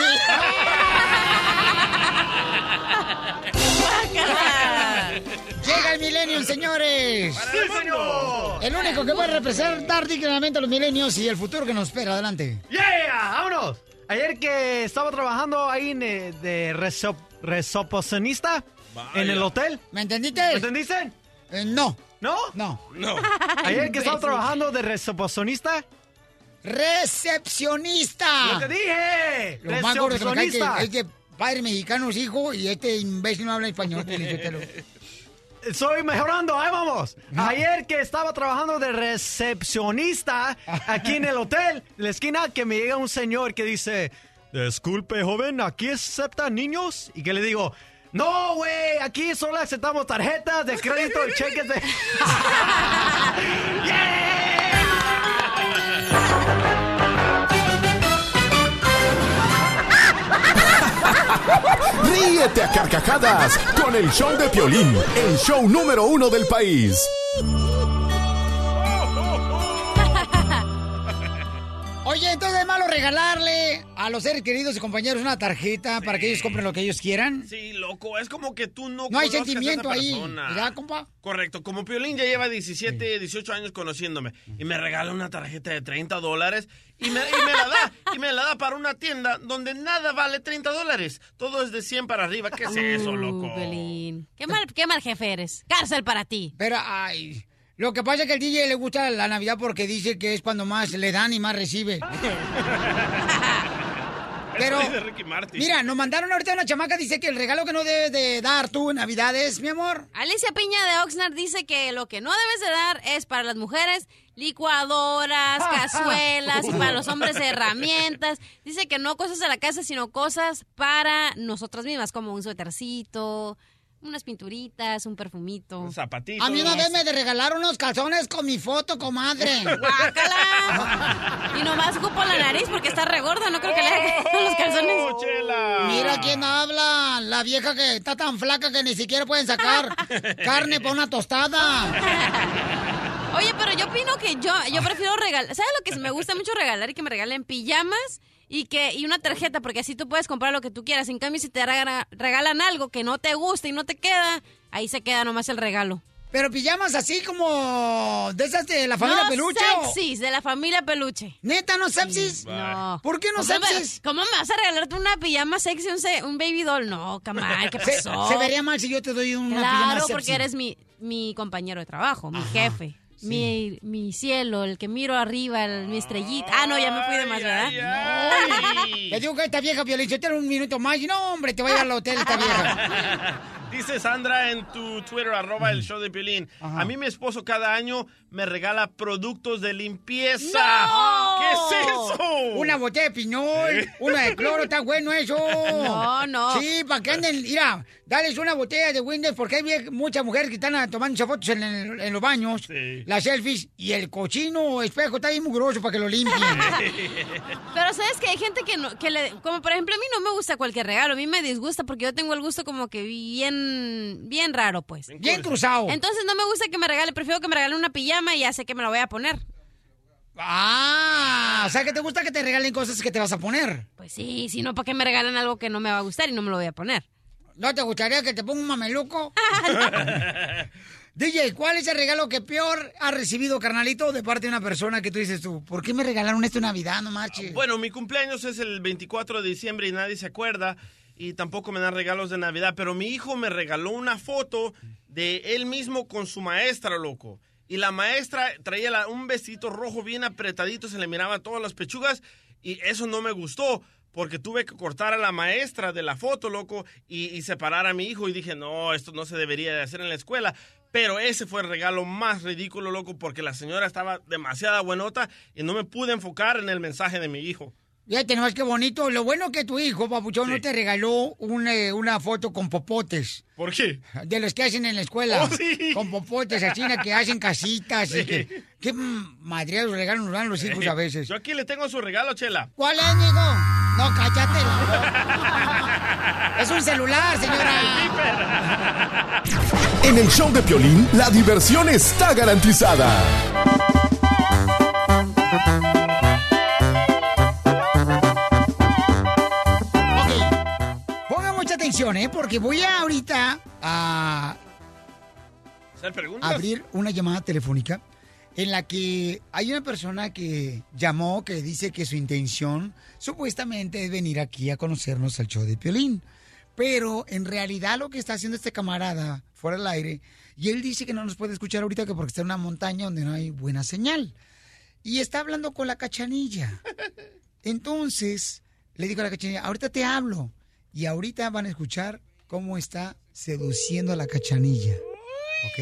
Llega el Millennium, señores. ¡Para el mundo! El único que puede representar dignamente a los milenios y el futuro que nos espera. Adelante. ¡Yeah! ¡Vámonos! Ayer que estaba trabajando ahí de recepcionista en el hotel. ¿Me entendiste? ¿Me entendiste? No. ¿No? No. Ayer que estaba trabajando de recepcionista. ¡Recepcionista! ¡Lo que dije! Lo más gordo que me cae que es que padre mexicano es hijo y este imbécil no habla español. Estoy mejorando, ahí vamos. Ayer que estaba trabajando de recepcionista aquí en el hotel, en la esquina, que me llega un señor que dice, disculpe, joven, ¿aquí aceptan niños? Y que le digo, no, güey, aquí solo aceptamos tarjetas de crédito y cheques de... Ríete a carcajadas con el show de Piolín, el show número 1 del país. Oye, entonces es malo regalarle a los seres queridos y compañeros una tarjeta para que ellos compren lo que ellos quieran. Sí, loco, es como que tú no hay conozcas sentimiento a esa ahí, persona. ¿verdad, compa? Correcto, como Piolín ya lleva 17, 18 años conociéndome y me regala una tarjeta de $30 y me la da para una tienda donde nada vale $30. Todo es de 100 para arriba. ¿Qué es eso, loco? Piolín. Qué mal jefe eres. Cárcel para ti. Pero, lo que pasa es que al DJ le gusta la Navidad porque dice que es cuando más le dan y más recibe. Pero, mira, nos mandaron ahorita una chamaca, dice que el regalo que no debes de dar tú en Navidad es, mi amor. Alicia Piña de Oxnard dice que lo que no debes de dar es para las mujeres licuadoras, cazuelas, y para los hombres herramientas. Dice que no cosas de la casa, sino cosas para nosotras mismas, como un suétercito, unas pinturitas, un perfumito. Un zapatito. A mí una vez me regalaron unos calzones con mi foto, comadre. ¡Guácala! Y nomás ocupo la nariz porque está regorda, no creo que le haga los calzones. Chela. Mira quién habla, la vieja que está tan flaca que ni siquiera pueden sacar carne para una tostada. Oye, pero yo opino que yo prefiero regalar. ¿Sabes lo que me gusta mucho regalar? Y que me regalen pijamas y una tarjeta, porque así tú puedes comprar lo que tú quieras. En cambio, si te regalan algo que no te gusta y no te queda, ahí se queda nomás el regalo. Pero pijamas así como de esas de la familia Peluche. No sepsis, de la familia Peluche. ¿Neta no sepsis? No. ¿Por qué no sepsis? ¿Cómo me vas a regalarte una pijama sexy, un baby doll? No, camarada, ¿qué pasó? Se vería mal si yo te doy una pijama sepsis. Claro, porque eres mi compañero de trabajo, mi jefe. Sí. Mi cielo, el que miro arriba, mi estrellita. Ah, no, ya me fui de más, ¿verdad? Le digo que esta vieja violencia tiene un minuto más y no, hombre, te voy a ir al hotel esta vieja. Dice Sandra en tu Twitter, @el show de Piolín. A mí mi esposo cada año me regala productos de limpieza. ¡No! ¿Qué es eso? Una botella de pinol, una de cloro, está bueno eso. No. Sí, para que anden, mira, dales una botella de Windows porque hay muchas mujeres que están tomando fotos en los baños, las selfies, y el cochino espejo está bien mugroso para que lo limpien. Pero ¿sabes que hay gente como por ejemplo a mí no me gusta cualquier regalo, a mí me disgusta porque yo tengo el gusto como que bien bien raro, pues. Bien cruzado. Entonces no me gusta que me regale, prefiero que me regale una pijama y ya sé que me la voy a poner. Ah, o sea que te gusta que te regalen cosas que te vas a poner. Pues sí, si no, ¿para qué me regalan algo que no me va a gustar y no me lo voy a poner? ¿No te gustaría que te ponga un mameluco? DJ, ¿cuál es el regalo que peor has recibido, carnalito, de parte de una persona que tú dices tú? ¿Por qué me regalaron esto en Navidad, no marches? Bueno, mi cumpleaños es el 24 de diciembre y nadie se acuerda. Y tampoco me dan regalos de Navidad. Pero mi hijo me regaló una foto de él mismo con su maestra, loco. Y la maestra traía un vestido rojo bien apretadito, se le miraban todas las pechugas. Y eso no me gustó, porque tuve que cortar a la maestra de la foto, loco, y separar a mi hijo. Y dije, no, esto no se debería de hacer en la escuela. Pero ese fue el regalo más ridículo, loco, porque la señora estaba demasiado buenota y no me pude enfocar en el mensaje de mi hijo. Fíjate nomás qué bonito. Lo bueno que tu hijo, papuchón, no te regaló una foto con popotes. ¿Por qué? De los que hacen en la escuela. Oh, sí. Con popotes, así, que hacen casitas. Sí. Y qué madreados regalos nos dan los hijos a veces. Yo aquí le tengo su regalo, Chela. ¿Cuál es, amigo? No, cállate. Es un celular, señora. En el show de Piolín, la diversión está garantizada. Atención, porque voy ahorita a ¿Hacer preguntas? abrir una llamada telefónica en la que hay una persona que llamó que dice que su intención supuestamente es venir aquí a conocernos al show de Piolín. Pero en realidad lo que está haciendo este camarada fuera del aire, y él dice que no nos puede escuchar ahorita que porque está en una montaña donde no hay buena señal. Y está hablando con la Cachanilla. Entonces le digo a la Cachanilla, ahorita te hablo. Y ahorita van a escuchar cómo está seduciendo a la Cachanilla. ¿Ok?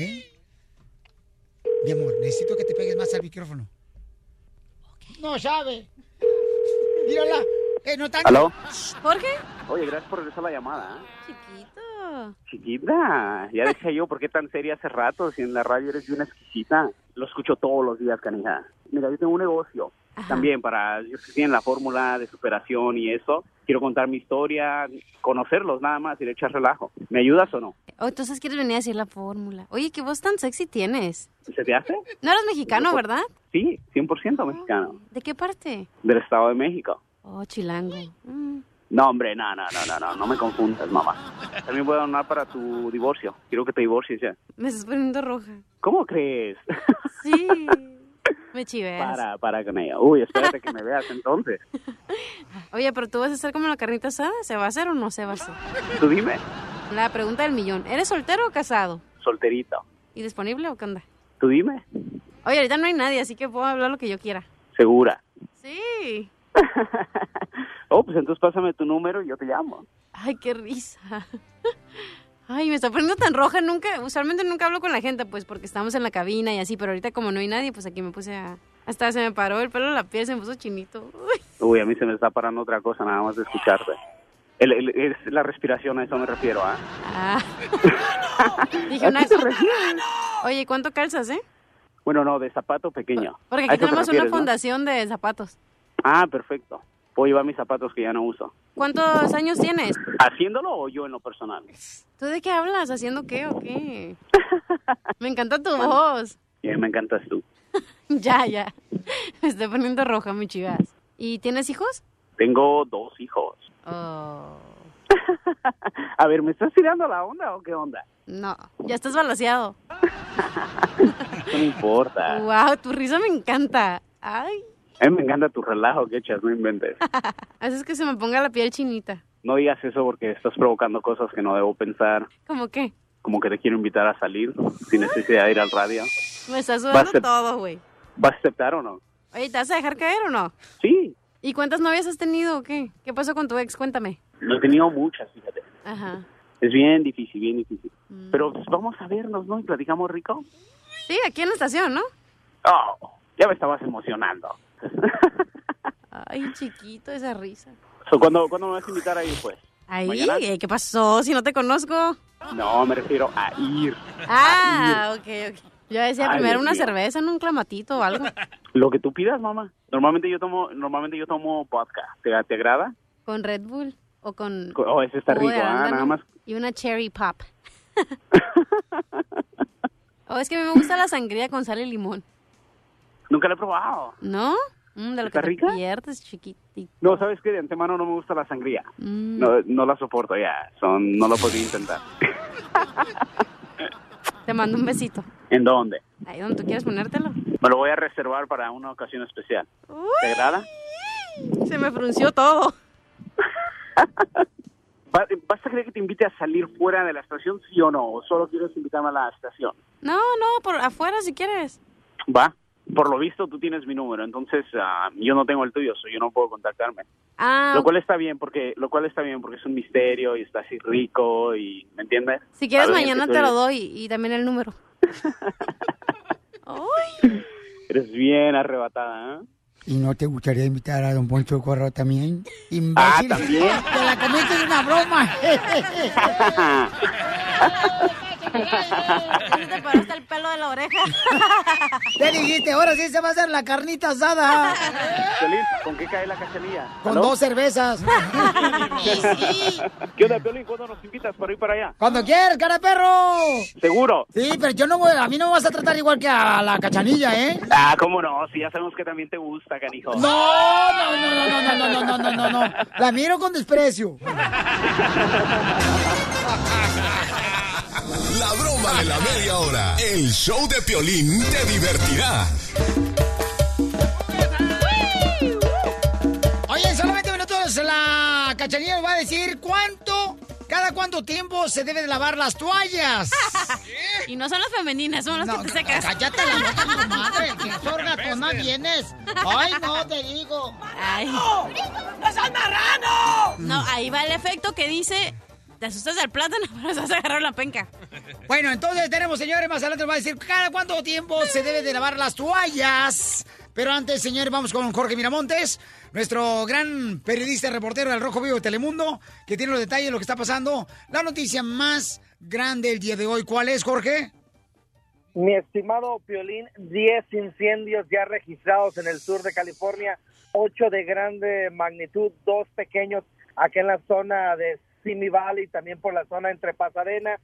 Mi amor, necesito que te pegues más al micrófono. Okay. No sabe. Mírala. No tan... ¿Aló? ¿Jorge? Oye, gracias por regresar la llamada. Chiquito. Chiquita, ya decía yo, ¿por qué tan seria hace rato? Si en la radio eres bien exquisita. Lo escucho todos los días, canija. Mira, yo tengo un negocio. Ajá. También para, yo que tienen la fórmula de superación y eso, quiero contar mi historia, conocerlos nada más y le echar relajo. ¿Me ayudas o no? Oh, entonces quieres venir a decir la fórmula. Oye, qué voz tan sexy tienes. ¿Se te hace? No eres mexicano, ¿verdad? Sí, 100% mexicano. ¿De qué parte? Del Estado de México. Oh, chilango. No, hombre, no me confundas, mamá. También voy a donar para tu divorcio. Quiero que te divorcies ya. Me estás poniendo roja. ¿Cómo crees? Sí. Me chiveas. Para con ella. Uy, espérate que me veas entonces. Oye, pero tú vas a hacer como la carnita asada. ¿Se va a hacer o no se va a hacer? Tú dime. La pregunta del millón. ¿Eres soltero o casado? Solterito. ¿Y disponible o qué onda? Tú dime. Oye, ahorita no hay nadie, así que puedo hablar lo que yo quiera. ¿Segura? Sí. Oh, pues entonces pásame tu número y yo te llamo. Ay, qué risa. Ay, me está poniendo tan roja. Usualmente nunca hablo con la gente, pues, porque estamos en la cabina y así, pero ahorita como no hay nadie, pues aquí me puse a... Hasta se me paró el pelo en la piel, se me puso chinito. Uy, a mí se me está parando otra cosa nada más de escucharte. Es la respiración, a eso me refiero, ¿ah? Dije una... Oye, ¿cuánto calzas, Bueno, no, de zapato pequeño. Porque aquí tenemos una fundación, ¿no?, de zapatos. Ah, perfecto. Puedo llevar mis zapatos que ya no uso. ¿Cuántos años tienes? ¿Haciéndolo o yo en lo personal? ¿Tú de qué hablas? ¿Haciendo qué o qué? Me encanta tu voz. Me encantas tú. Ya. Me estoy poniendo roja, mi chivas. ¿Y tienes hijos? Tengo 2 hijos. Oh. A ver, ¿me estás tirando la onda o qué onda? No, ya estás balaseado. No me importa. Wow, tu risa me encanta. Ay. A mí me encanta tu relajo que echas, no inventes. Haces que se me ponga la piel chinita. No digas eso porque estás provocando cosas que no debo pensar. ¿Cómo qué? Como que te quiero invitar a salir sin necesidad de ir al radio. Me está sudando todo, güey. ¿Vas a aceptar o no? Oye, ¿te vas a dejar caer o no? Sí. ¿Y cuántas novias has tenido o qué? ¿Qué pasó con tu ex? Cuéntame. No he tenido muchas, fíjate. Ajá. Es bien difícil. Pero pues, vamos a vernos, ¿no? Y platicamos rico. Sí, aquí en la estación, ¿no? Oh, ya me estabas emocionando. Ay, chiquito, esa risa. ¿Cuándo me vas a invitar ahí, pues? Ay, ¿qué pasó? Si no te conozco. No, me refiero a ir. Ok. Yo decía primero una cerveza, ¿no? Un clamatito o algo. Lo que tú pidas, mamá. Normalmente yo tomo vodka. ¿Te agrada? ¿Con Red Bull? ¿O con...? Oh, ese está rico, nada más. Y una cherry pop. Oh, es que a mí me gusta la sangría con sal y limón. Nunca la he probado. ¿No? De lo ¿Está que rica? te pierdes, chiquitito. No, ¿sabes qué? De antemano no me gusta la sangría. No la soporto ya. No lo podría intentar. Te mando un besito. ¿En dónde? Ahí donde tú quieres ponértelo. Me lo voy a reservar para una ocasión especial. ¿Te agrada? Se me frunció todo. ¿Vas a querer que te invite a salir fuera de la estación, sí o no? ¿O solo quieres invitarme a la estación? No, por afuera si quieres. Va. Por lo visto tú tienes mi número, entonces yo no tengo el tuyo, yo no puedo contactarme. Lo cual está bien porque es un misterio y está así rico y ¿me entiendes? Si quieres Sabes mañana que te tú lo doy y también el número. eres bien arrebatada, ¿eh? ¿Y no te gustaría invitar a don Poncho Corrado también? ¡Imbécil! ¿también? ¡Te la comiste en una broma! Te paraste el pelo de la oreja. Te dijiste, ahora sí se va a hacer la carnita asada. Piolín, ¿con qué cae la Cachanilla? Con 2 cervezas. ¿Qué onda, Piolín? ¿Cuándo nos invitas para ir para allá? Cuando quieras, cara de perro. ¿Seguro? Sí, pero a mí no me vas a tratar igual que a la Cachanilla, ¿eh? ¿Cómo no? Si ya sabemos que también te gusta, canijo. No. La miro con desprecio. La broma de la media hora. El show de Piolín te divertirá. Oye, en solamente minutos la Cachanilla nos va a decir cada cuánto tiempo se debe de lavar las toallas. Y no son las femeninas, son las que te secas. Cállate la boca, mi madre. ¿Qué sorgatona vienes? Ay, no, te digo. Ay. ¡No seas marrano! No, ahí va el efecto que dice... Te asustas del plátano, pero se vas a agarrar la penca. Bueno, entonces tenemos, señores, más adelante nos va a decir cada cuánto tiempo se debe de lavar las toallas. Pero antes, señores, vamos con Jorge Miramontes, nuestro gran periodista y reportero del Rojo Vivo de Telemundo, que tiene los detalles de lo que está pasando. La noticia más grande el día de hoy, ¿cuál es, Jorge? Mi estimado Piolín, 10 incendios ya registrados en el sur de California, 8 de grande magnitud, 2 pequeños acá en la zona de Simi Valley, también por la zona entre Pasadena.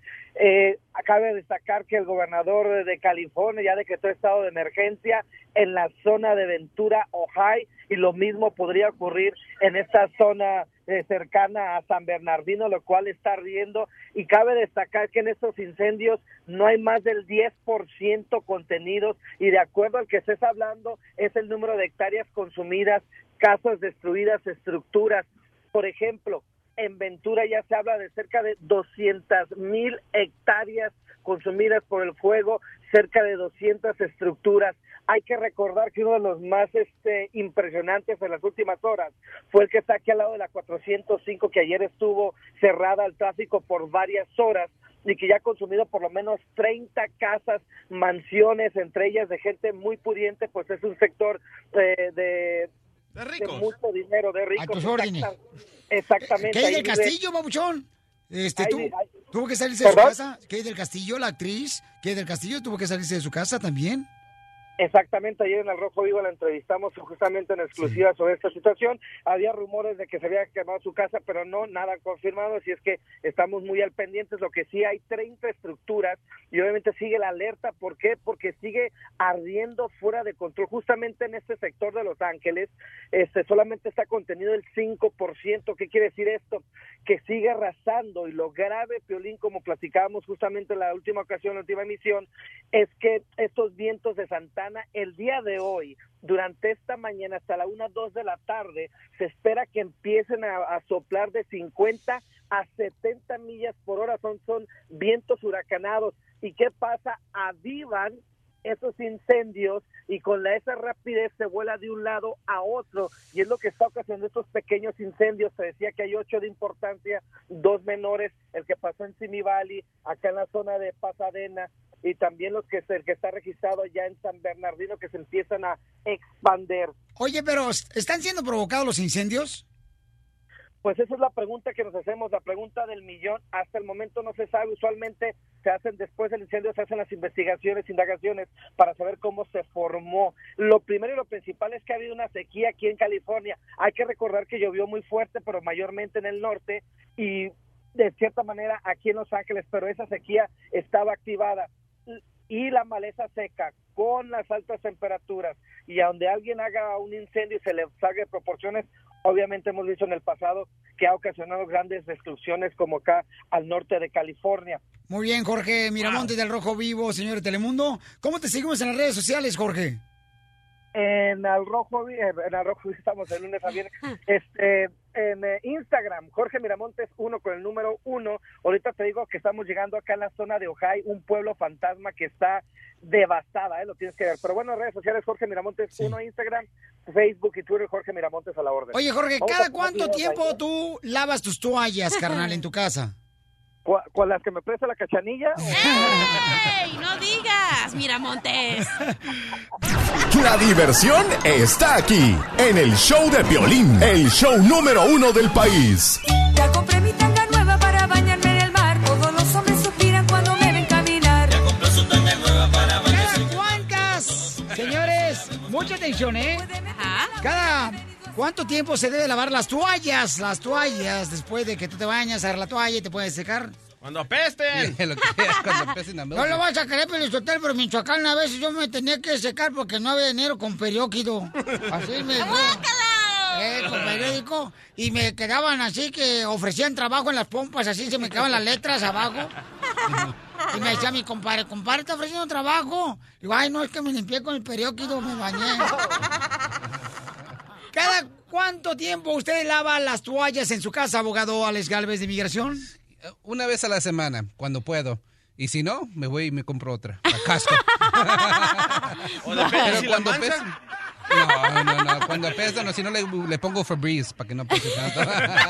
Cabe destacar que el gobernador de California ya decretó estado de emergencia en la zona de Ventura, Ohio, y lo mismo podría ocurrir en esta zona cercana a San Bernardino, lo cual está ardiendo. Y cabe destacar que en estos incendios no hay más del 10% contenidos, y de acuerdo al que se está hablando es el número de hectáreas consumidas, casas destruidas, estructuras. Por ejemplo, en Ventura ya se habla de cerca de 200,000 hectáreas consumidas por el fuego, cerca de 200 estructuras. Hay que recordar que uno de los más impresionantes en las últimas horas fue el que está aquí al lado de la 405, que ayer estuvo cerrada al tráfico por varias horas y que ya ha consumido por lo menos 30 casas, mansiones, entre ellas de gente muy pudiente, pues es un sector de mucho dinero, de ricos. A tus órdenes. Exactamente. ¿Qué hay del Castillo, babuchón? ¿Tuvo que salirse de su casa? ¿Qué hay del Castillo, la actriz? ¿Qué hay del Castillo? ¿Tuvo que salirse de su casa también? Exactamente, ayer en El Rojo Vivo la entrevistamos justamente en exclusiva sobre esta situación. Había rumores de que se había quemado su casa, pero no, nada confirmado, así es que estamos muy al pendiente. Lo que sí, hay 30 estructuras y obviamente sigue la alerta. ¿Por qué? Porque sigue ardiendo fuera de control. Justamente en este sector de Los Ángeles solamente está contenido el 5%. ¿Qué quiere decir esto? Que sigue arrasando, y lo grave, Piolín, como platicábamos justamente en la última ocasión, la última emisión, es que estos vientos de Santana, el día de hoy, durante esta mañana hasta la 1, 2 de la tarde, se espera que empiecen a soplar de 50 a 70 millas por hora. Son vientos huracanados. ¿Y qué pasa? Avivan esos incendios y con esa rapidez se vuela de un lado a otro, y es lo que está ocasionando estos pequeños incendios. Se decía que hay 8 de importancia, 2 menores, el que pasó en Simi Valley, acá en la zona de Pasadena, y también el que está registrado ya en San Bernardino, que se empiezan a expandir. Oye, pero ¿están siendo provocados los incendios? Pues esa es la pregunta que nos hacemos, la pregunta del millón. Hasta el momento no se sabe. Usualmente se hacen, después del incendio, se hacen las investigaciones, indagaciones para saber cómo se formó. Lo primero y lo principal es que ha habido una sequía aquí en California. Hay que recordar que llovió muy fuerte, pero mayormente en el norte, y de cierta manera aquí en Los Ángeles, pero esa sequía estaba activada y la maleza seca con las altas temperaturas y a donde alguien haga un incendio y se le salga de proporciones, obviamente hemos visto en el pasado que ha ocasionado grandes destrucciones como acá al norte de California. Muy bien, Jorge Miramontes del Rojo Vivo, señor de Telemundo. ¿Cómo te seguimos en las redes sociales, Jorge? En el Rojo estamos de lunes a viernes. En Instagram, Jorge Miramontes 1 con el número 1. Ahorita te digo que estamos llegando acá en la zona de Ojai, un pueblo fantasma que está devastada, lo tienes que ver. Pero bueno, redes sociales, Jorge Miramontes 1, Instagram, Facebook y Twitter, Jorge Miramontes a la orden. Oye, Jorge, Vamos ¿cada a poner cuánto videos tiempo ahí. tú lavas tus toallas, carnal, en tu casa? ¿Con las que me presta la Cachanilla? ¡Ey! ¡No digas, Miramontes! La diversión está aquí, en el show de Piolín, el show número 1 del país. Ya compré mi tanga nueva para bañarme en el mar. Todos los hombres suspiran cuando me ven caminar. Ya compré su tanga nueva para bañarse. ¿Cuántas? Señores, mucha atención, ¿eh? Cada ¿cuánto tiempo se debe lavar las toallas? Las toallas, después de que tú te bañas, agarrar la toalla y te puedes secar. ¡Cuando apesten! Cuando apesten a No lo vas a creer, Pelizotel, pero en Michoacán a veces yo me tenía que secar porque no había dinero con periódico. Así me fue. Con periódico. Y me quedaban así que ofrecían trabajo en las pompas, así se me quedaban las letras abajo. Y me decía mi compadre, ¿está ofreciendo trabajo? Digo, ay, no, es que me limpié con el periódico, me bañé. ¿Cada cuánto tiempo usted lava las toallas en su casa, abogado Alex Galvez de Inmigración? Una vez a la semana, cuando puedo. Y si no, me voy y me compro otra. A Costco. ¿O depende si la mancha? No. Cuando apesta, no, si no le pongo Febreze para que no pese tanto.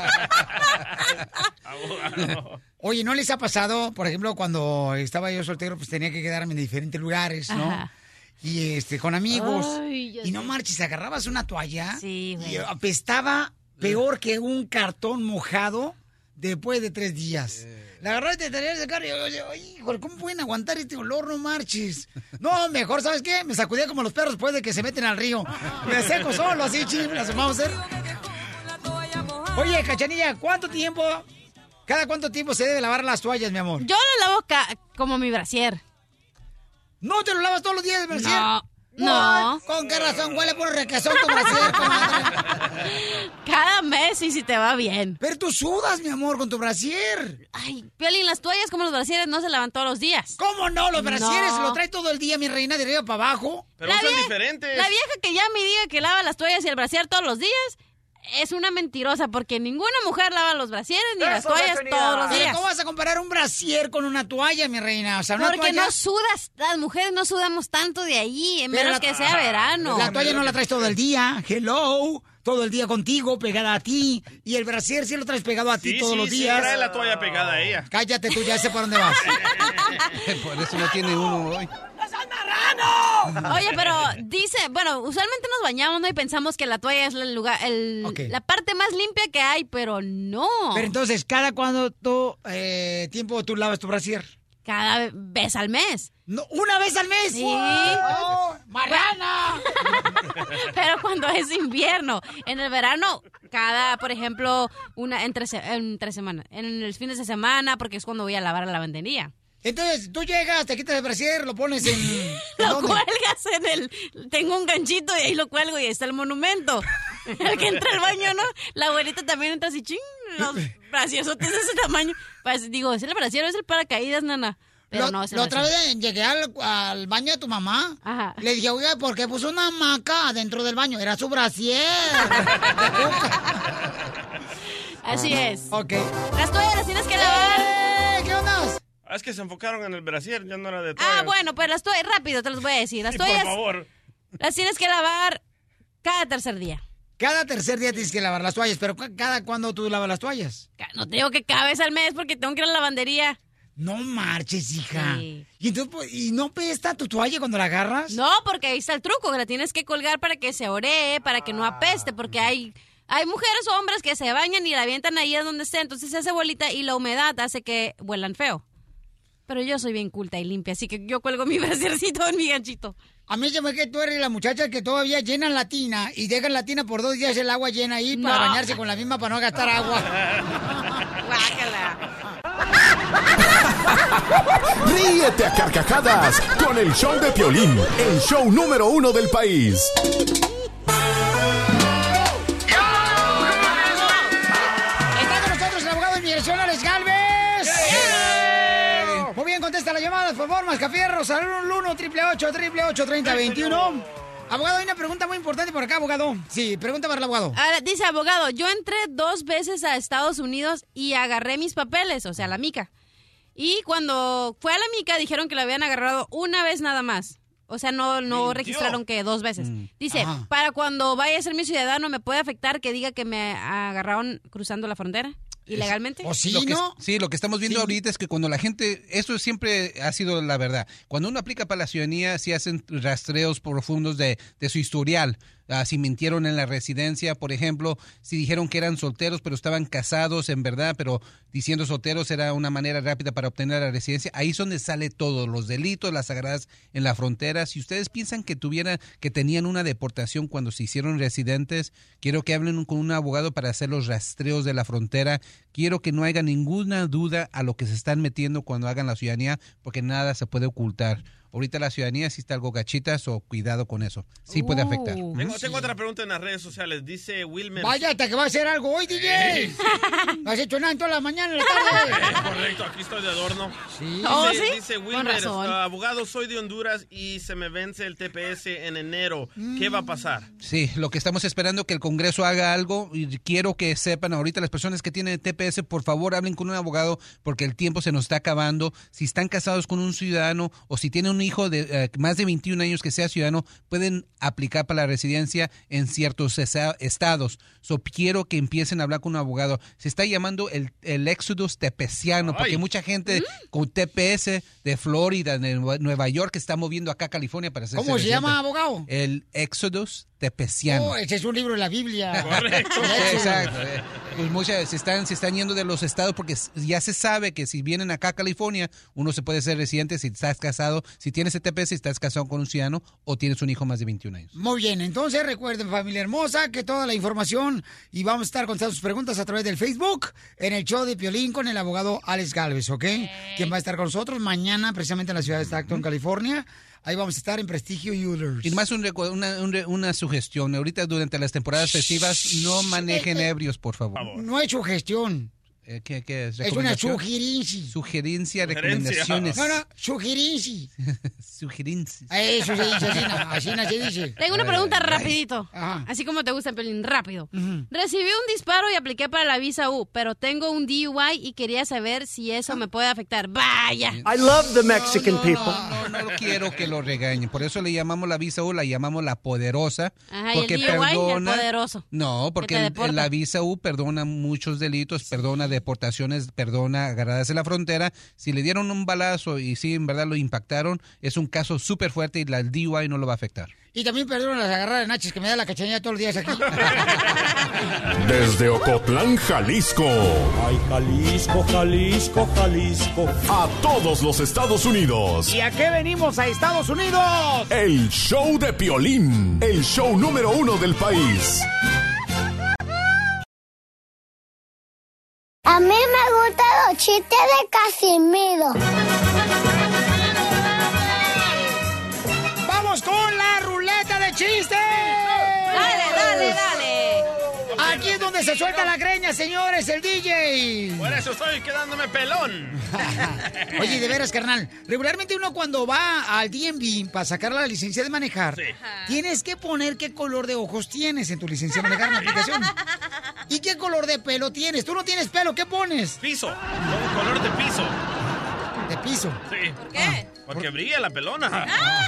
Oye, ¿no les ha pasado, por ejemplo, cuando estaba yo soltero, pues tenía que quedarme en diferentes lugares, ¿no? Ajá. Y con amigos. Ay, ya y no sé. marches, agarrabas una toalla Sí, güey. y apestaba peor que un cartón mojado después de 3 días. La agarraba y te tenías de carro y yo, híjole, ¿cómo pueden aguantar este olor? No marches. No, mejor, ¿sabes qué? Me sacudía como los perros después de que se meten al río. Me seco solo, así, chiflas, vamos a hacer. Oye, Cachanilla, cada cuánto tiempo se debe lavar las toallas, mi amor? Yo lo lavo como mi brasier. ¿No te lo lavas todos los días, el brasier? No. ¿Con qué razón huele por requesón tu brasier, comadre? Cada mes y si te va bien. Pero tú sudas, mi amor, con tu brasier. Ay, Piolín, las toallas como los brasieres no se lavan todos los días. ¿Cómo no? Los brasieres No. lo trae todo el día, mi reina, de arriba para abajo. Pero son diferentes. La vieja que ya me diga que lava las toallas y el brasier todos los días es una mentirosa porque ninguna mujer lava los brasieres ni las toallas todos los Pero días. ¿cómo vas a comparar un brasier con una toalla, mi reina? O sea, una Porque toalla... no sudas, las mujeres no sudamos tanto de ahí, en Pero menos la- que sea verano. La toalla no la traes todo el día. Hello. Todo el día contigo, pegada a ti. Y el brasier sí lo traes pegado a ti todos los días. Sí, trae la toalla pegada a ella. Cállate tú, ya sé por dónde vas. Por eso no tiene uno hoy. Oye, pero dice, bueno, usualmente nos bañamos, ¿no? Y pensamos que la toalla es el lugar, Ok. la parte más limpia que hay, pero no. Pero entonces, ¿cada cuánto tiempo tú lavas tu brasier? Cada vez al mes. No, ¿una vez al mes? Sí. ¡Oh, marrana! Pero cuando es invierno. En el verano, por ejemplo, entre semanas. En los fines de semana, porque es cuando voy a lavar la lavandería. Entonces, tú llegas, te quitas el brasier, lo pones en... Lo ¿dónde? cuelgas tengo un ganchito y ahí lo cuelgo y ahí está el monumento. El que entra al baño, ¿no? La abuelita también entra así, ching, los brasierzotes de ese tamaño. Pues digo, ¿es el brasier o es el paracaídas, nana? Pero no, es el La otra brasier. vez llegué al baño de tu mamá. Ajá. Le dije, oiga, ¿por qué puso una hamaca dentro del baño? Era su brasier. Así es. Ok. Las toallas las tienes que lavar. ¿Qué onda? Es que se enfocaron en el brasier, ya no era de toallas. Ah, bueno, pues las toallas, rápido te los voy a decir. Las Sí, toallas por favor. las tienes que lavar cada tercer día. Cada tercer día tienes que lavar las toallas, pero ¿cada cuándo tú lavas las toallas? No te digo que cada vez al mes porque tengo que ir a la lavandería. No marches, hija. Sí. ¿Y entonces, y no pesta tu toalla cuando la agarras? No, porque ahí está el truco, que la tienes que colgar para que se oree, para que no apeste, porque hay mujeres o hombres que se bañan y la avientan ahí a donde esté, entonces se hace bolita y la humedad hace que huelan feo. Pero yo soy bien culta y limpia, así que yo cuelgo mi brasiercito en mi ganchito. A mí se me que tú eres la muchacha que todavía llenan la tina y dejan la tina por 2 días el agua llena ahí para No. bañarse con la misma para no gastar agua. Guácala. Ríete a carcajadas con el show de Piolín, el show número 1 del país. Está con nosotros el abogado de inmigración, Alex Galvez. Muy bien, contesta las llamadas, por favor, Mascafierros, al 1-888-888-3021. Abogado, hay una pregunta muy importante por acá, abogado. Sí, pregunta para el abogado. Ahora, dice, abogado, yo entré 2 veces a Estados Unidos y agarré mis papeles, o sea, la mica. Y cuando fue a la mica, dijeron que la habían agarrado una vez nada más. O sea, no registraron que 2 veces. Dice, para cuando vaya a ser mi ciudadano, ¿me puede afectar que diga que me agarraron cruzando la frontera? ¿Ilegalmente? ¿O sí, no? Sí, lo que estamos viendo ahorita es que cuando la gente, eso siempre ha sido la verdad, cuando uno aplica para la ciudadanía, sí hacen rastreos profundos de su historial. Si mintieron en la residencia, por ejemplo, si dijeron que eran solteros pero estaban casados en verdad, pero diciendo solteros era una manera rápida para obtener la residencia, ahí es donde sale todo, los delitos, las agarradas en la frontera. Si ustedes piensan que tenían una deportación cuando se hicieron residentes, quiero que hablen con un abogado para hacer los rastreos de la frontera. Quiero que no haya ninguna duda a lo que se están metiendo cuando hagan la ciudadanía, porque nada se puede ocultar. Ahorita la ciudadanía sí está algo gachitas, o cuidado con eso. Sí puede afectar. Tengo otra pregunta en las redes sociales. Dice Wilmer. Váyate que va a hacer algo hoy, DJ. No has hecho nada en toda la mañana, en la tarde. Correcto, aquí estoy de adorno. Sí. Dice Wilmer, abogado, soy de Honduras y se me vence el TPS en enero. ¿Qué va a pasar? Sí, lo que estamos esperando es que el Congreso haga algo, y quiero que sepan ahorita las personas que tienen TPS, por favor hablen con un abogado porque el tiempo se nos está acabando. Si están casados con un ciudadano o si tienen un hijo de más de 21 años que sea ciudadano, pueden aplicar para la residencia en ciertos estados. Quiero que empiecen a hablar con un abogado. Se está llamando el éxodo tepeciano, porque mucha gente con TPS de Florida, de Nueva York, está moviendo acá a California para hacer. ¿Cómo se llama, abogado? El éxodo tepeciano. Oh, ese es un libro de la Biblia. Correcto. Exacto. Pues muchas se están yendo de los estados porque ya se sabe que si vienen acá a California, uno se puede ser residente si estás casado, si tienes TPS, si estás casado con un ciudadano o tienes un hijo más de 21 años. Muy bien, entonces recuerden, familia hermosa, que toda la información y vamos a estar contestando sus preguntas a través del Facebook en el show de Piolín con el abogado Alex Galvez, ¿ok? Quien va a estar con nosotros mañana precisamente en la ciudad de Stockton, California. Ahí vamos a estar en Prestigio Jewelers. Y más una sugestión. Ahorita durante las temporadas festivas no manejen ebrios, por favor. No hay sugestión. ¿Qué es? Es una sugerencia. Sugerencia, recomendaciones. No, sugerencia. Sugerencia. Eso se dice, así se dice. Tengo una pregunta rapidito. Así como te gusta, Pelín, rápido. Recibí un disparo y apliqué para la visa U, pero tengo un DUI y quería saber si eso me puede afectar. ¡Vaya! I love the Mexican people. No quiero que lo regañen. Por eso le llamamos la visa U, la llamamos la poderosa. Ajá, porque y el DUI, el poderoso. No, porque la visa U perdona muchos delitos, perdona deportaciones, perdona agarradas en la frontera. Si le dieron un balazo y sí, en verdad lo impactaron, es un caso súper fuerte y el DUI no lo va a afectar. Y también perdona las agarradas de nachos que me da la cachanilla todos los días aquí. Desde Ocotlán, Jalisco. Ay, Jalisco, Jalisco, Jalisco. A todos los Estados Unidos. ¿Y a qué venimos a Estados Unidos? El show de Piolín, el show número 1 del país. A mí me gustan los chistes de Casimiro. ¡Vamos con la ruleta de chistes! ¡Dale! Aquí es donde se suelta la greña, señores, el DJ. Por eso estoy quedándome pelón. Oye, de veras, carnal, regularmente uno cuando va al DMV para sacar la licencia de manejar, tienes que poner qué color de ojos tienes en tu licencia de manejar en la aplicación. ¿Y qué color de pelo tienes? Tú no tienes pelo, ¿qué pones? Piso, color de piso. ¿De piso? Sí. ¿Por qué? Porque brilla la pelona.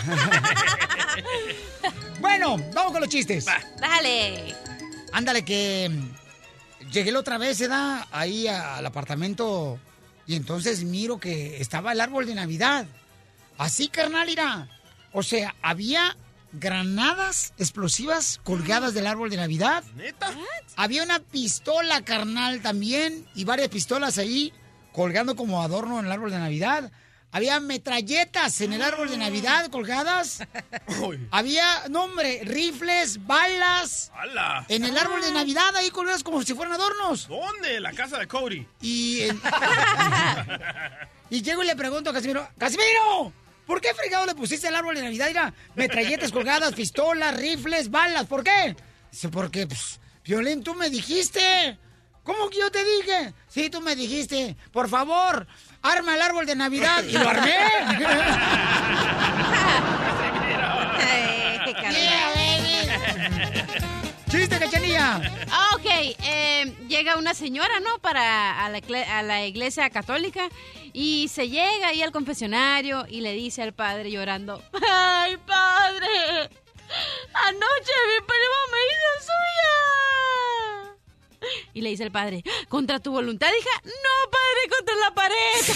Bueno, vamos con los chistes. Dale. Ándale, que llegué la otra vez, ahí al apartamento y entonces miro que estaba el árbol de Navidad. Así, carnal, irá. O sea, había granadas explosivas colgadas del árbol de Navidad. ¿Neta? Había una pistola, carnal, también, y varias pistolas ahí colgando como adorno en el árbol de Navidad. había metralletas en el árbol de Navidad colgadas. Había, no hombre, rifles, balas. ¡Hala! En el árbol de Navidad ahí colgadas como si fueran adornos. ¿Dónde? La casa de Cody. Y llego y le pregunto a Casimiro, ¡Casimiro! ¿Por qué fregado le pusiste el árbol de Navidad? Mira, metralletas colgadas, pistolas, rifles, balas. ¿Por qué? Dice, porque, pues, Piolín, tú me dijiste. ¿Cómo que yo te dije? Sí, tú me dijiste. Por favor, arma el árbol de Navidad. Y lo armé. ¡Chiste, Cachanilla! Ok, llega una señora, ¿no? A la iglesia católica. Y se llega ahí al confesionario y le dice al padre llorando: ¡ay, padre! Anoche mi primo me hizo suya. Y le dice el padre: ¿contra tu voluntad, hija? No, padre, contra la pared.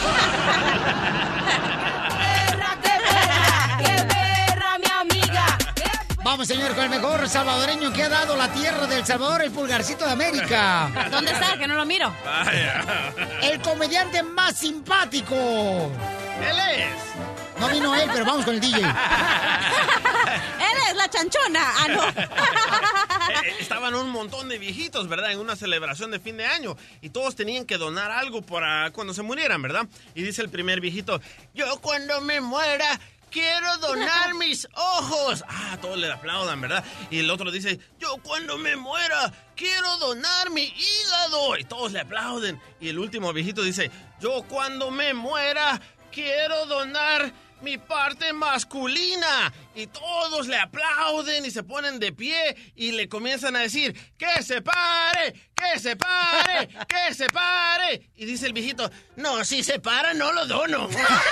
¡Qué perra, mi amiga! Vamos, señor, con el mejor salvadoreño que ha dado la tierra del Salvador, el Pulgarcito de América. ¿Dónde está? Que no lo miro. El comediante más simpático. Él es. No vino él, pero vamos con el DJ. Él es la chanchona. Ah, no. Estaban un montón de viejitos, ¿verdad? En una celebración de fin de año. Y todos tenían que donar algo para cuando se murieran, ¿verdad? Y dice el primer viejito: yo cuando me muera quiero donar mis ojos. Ah, todos le aplaudan, ¿verdad? Y el otro dice: yo cuando me muera quiero donar mi hígado. Y todos le aplauden. Y el último viejito dice: yo cuando me muera quiero donar mi parte masculina. Y todos le aplauden y se ponen de pie y le comienzan a decir: ¡que se pare! ¡que se pare! ¡que se pare! Y dice el viejito: no, si se para no lo dono.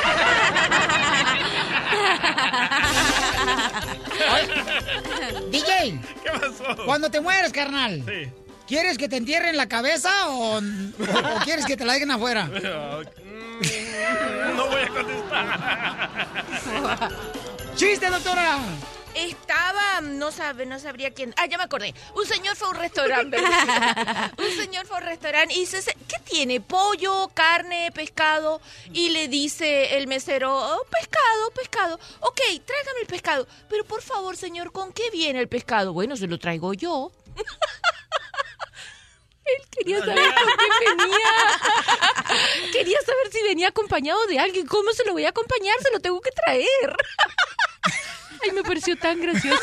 DJ, ¿qué pasó? Cuando te mueres, carnal, sí, ¿quieres que te entierren la cabeza o quieres que te la dejen afuera? No voy a contestar. ¡Chiste, doctora! Estaba, no sabría quién. Ah, ya me acordé. Un señor fue a un restaurante. Un señor fue a un restaurante y dice: ¿qué tiene? ¿Pollo, carne, pescado? Y le dice el mesero: oh, pescado. Ok, tráigame el pescado. Pero por favor, señor, ¿con qué viene el pescado? Bueno, se lo traigo yo. Él quería saber con qué venía. Quería saber si venía acompañado de alguien. ¿Cómo se lo voy a acompañar? Se lo tengo que traer. Ay, me pareció tan gracioso.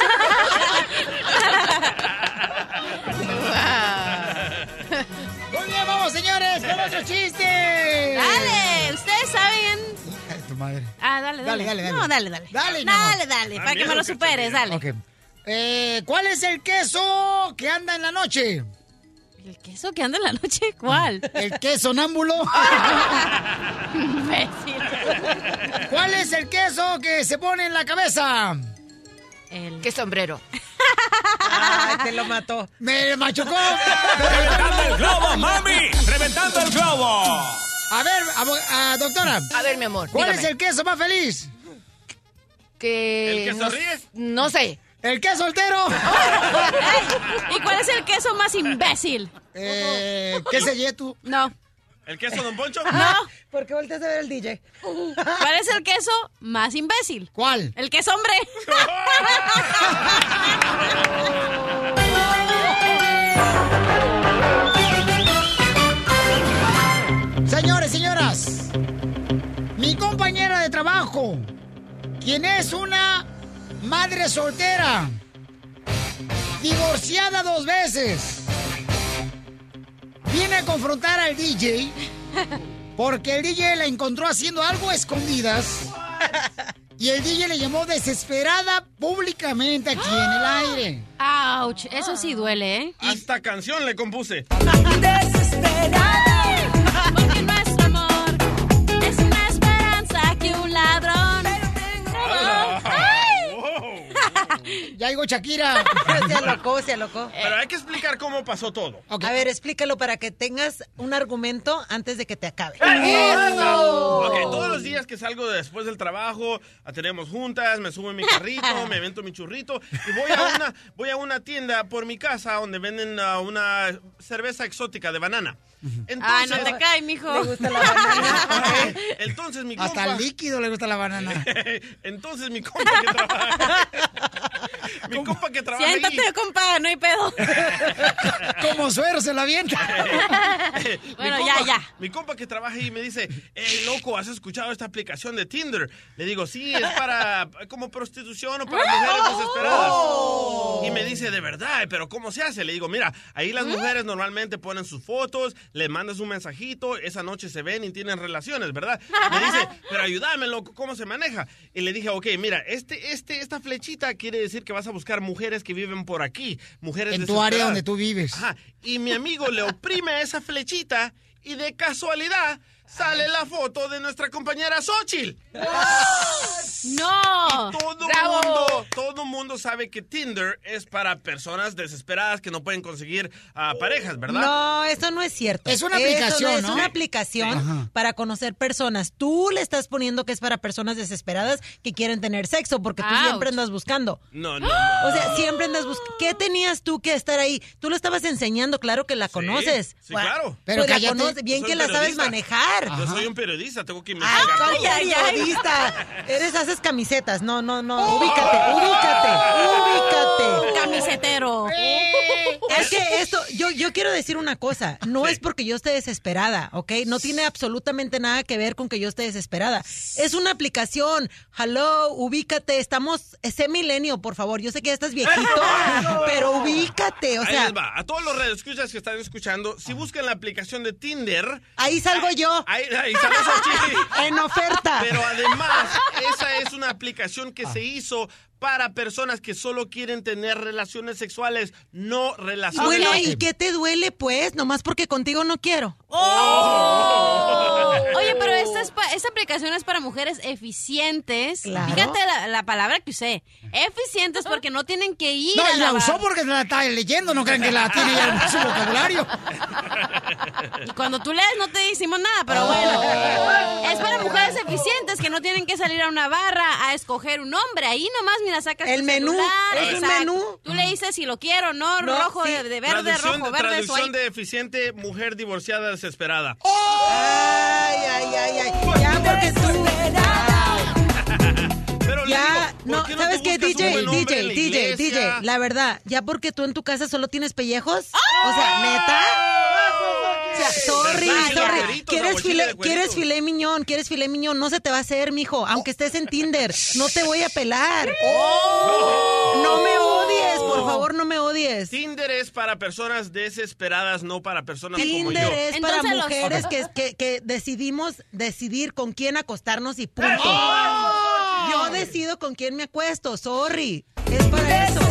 Muy bien, vamos, señores, con otro chiste. Dale, ustedes saben. Ay, tu madre. Ah, dale. No, dale. Dale, para que me lo superes, dale. Ok. ¿Cuál es el queso que anda en la noche? ¿El queso que anda en la noche? ¿Cuál? El queso sonámbulo. Imbécil. ¿Cuál es el queso que se pone en la cabeza? ¿Qué sombrero? Ay, te lo mató. ¡Me machucó! ¡Reventando el globo, mami! ¡Reventando el globo! A ver, doctora. A ver, mi amor, ¿Cuál dígame. es el queso más feliz? ¿El que sonríe? No sé. ¡El queso soltero! ¿Y cuál es el queso más imbécil? ¿Queso yetu? No. ¿El queso Don Poncho? No. ¿Por qué volteas a ver el DJ? ¿Cuál es el queso más imbécil? ¿Cuál? El queso hombre. Señores, señoras, mi compañera de trabajo, quien es una madre soltera, divorciada 2 veces, viene a confrontar al DJ porque el DJ la encontró haciendo algo a escondidas y el DJ le llamó desesperada públicamente aquí en el aire. ¡Auch! Eso sí duele, ¿eh? Hasta canción le compuse. Desesperada, porque nuestro amor es una esperanza que un ladrón. ¡Ay! Ya digo Shakira. Se alocó. Pero hay que explicar cómo pasó todo. A ver, explícalo para que tengas un argumento antes de que te acabe. Ok, todos los días que salgo después del trabajo, tenemos juntas, me subo en mi carrito, me avento mi churrito y voy a una tienda por mi casa donde venden una cerveza exótica de banana. Entonces, no te cae, mijo. Le gusta la banana. Entonces mi compa... Hasta al líquido le gusta la banana. Entonces mi compa que trabaja... mi compa que trabaja Siéntate, ahí... compa, no hay pedo. Como suero se la avienta. Bueno, ya. Mi compa que trabaja ahí me dice, hey, loco, ¿has escuchado esta aplicación de Tinder? Le digo, sí, es para como prostitución o para mujeres desesperadas. Y me dice, de verdad, ¿pero cómo se hace? Le digo, mira, ahí las mujeres normalmente ponen sus fotos, le mandas un mensajito, esa noche se ven y tienen relaciones, ¿verdad? Me dice, pero ayúdame, loco, ¿cómo se maneja? Y le dije, ok, mira, esta flechita quiere decir que vas a buscar mujeres que viven por aquí, mujeres En tu desesperadas. área donde tú vives. Ajá. Y mi amigo le oprime esa flechita y de casualidad sale la foto de nuestra compañera Xochitl. ¡No! Y todo mundo sabe que Tinder es para personas desesperadas que no pueden conseguir parejas, ¿verdad? No, eso no es cierto. Es una aplicación, Es ¿no? una aplicación para conocer personas. Tú le estás poniendo que es para personas desesperadas que quieren tener sexo porque tú siempre andas buscando. No. O sea, siempre andas buscando. ¿Qué tenías tú que estar ahí? Tú lo estabas enseñando, claro que la conoces. Sí, claro. Pero Pues la cállate. conoces, bien Soy que la sabes periodista. manejar. Yo soy un periodista, tengo que Ay, investigar todo. periodista. Haces camisetas. No. Ubícate. Camisetero. Es que esto, yo quiero decir una cosa. No es porque yo esté desesperada, ¿ok? No tiene absolutamente nada que ver con que yo esté desesperada. Es una aplicación. Hello, ubícate. Sé milenio, por favor. Yo sé que ya estás viejito, pero ubícate. O Ahí sea, les va. A todos los radioescuchas que están escuchando, si buscan la aplicación de Tinder... ahí salgo yo. Ahí sale Xochitl. En oferta. Pero además, esa es una aplicación que se hizo para personas que solo quieren tener relaciones sexuales, no relaciones... Bueno, ¿y qué te duele, pues? Nomás porque contigo no quiero. Oye, pero esta aplicación es para mujeres eficientes. Claro. Fíjate la palabra que usé. Eficientes porque no tienen que ir No, a y la lavar. usó porque la está leyendo, no crean que la tiene ya en su vocabulario. Y cuando tú lees no te decimos nada, pero bueno. Es para mujeres eficientes que no tienen que salir a una barra a escoger un hombre. Ahí nomás, mira, sacas El tu menú, celular. es un Exacto. menú. Tú le dices si lo quiero, no, rojo, sí. de verde, rojo, verde, Traducción swipe. de eficiente, mujer divorciada desesperada. Ay. Ya porque tú... Pero le Ya, digo, no, ¿por qué ¿sabes te qué, buscas un buen hombre en la DJ? iglesia? La verdad, ya porque tú en tu casa solo tienes pellejos, o sea, ¿neta? O sea, sorry. ¿Quieres filé miñón? No se te va a hacer, mijo, aunque estés en Tinder. No te voy a pelar. No me odies, por favor, no me odies. Tinder es para personas desesperadas, no para personas como yo. Tinder es para Entonces los- mujeres que decidimos decidir con quién acostarnos y punto. Yo decido con quién me acuesto, sorry. Es para eso.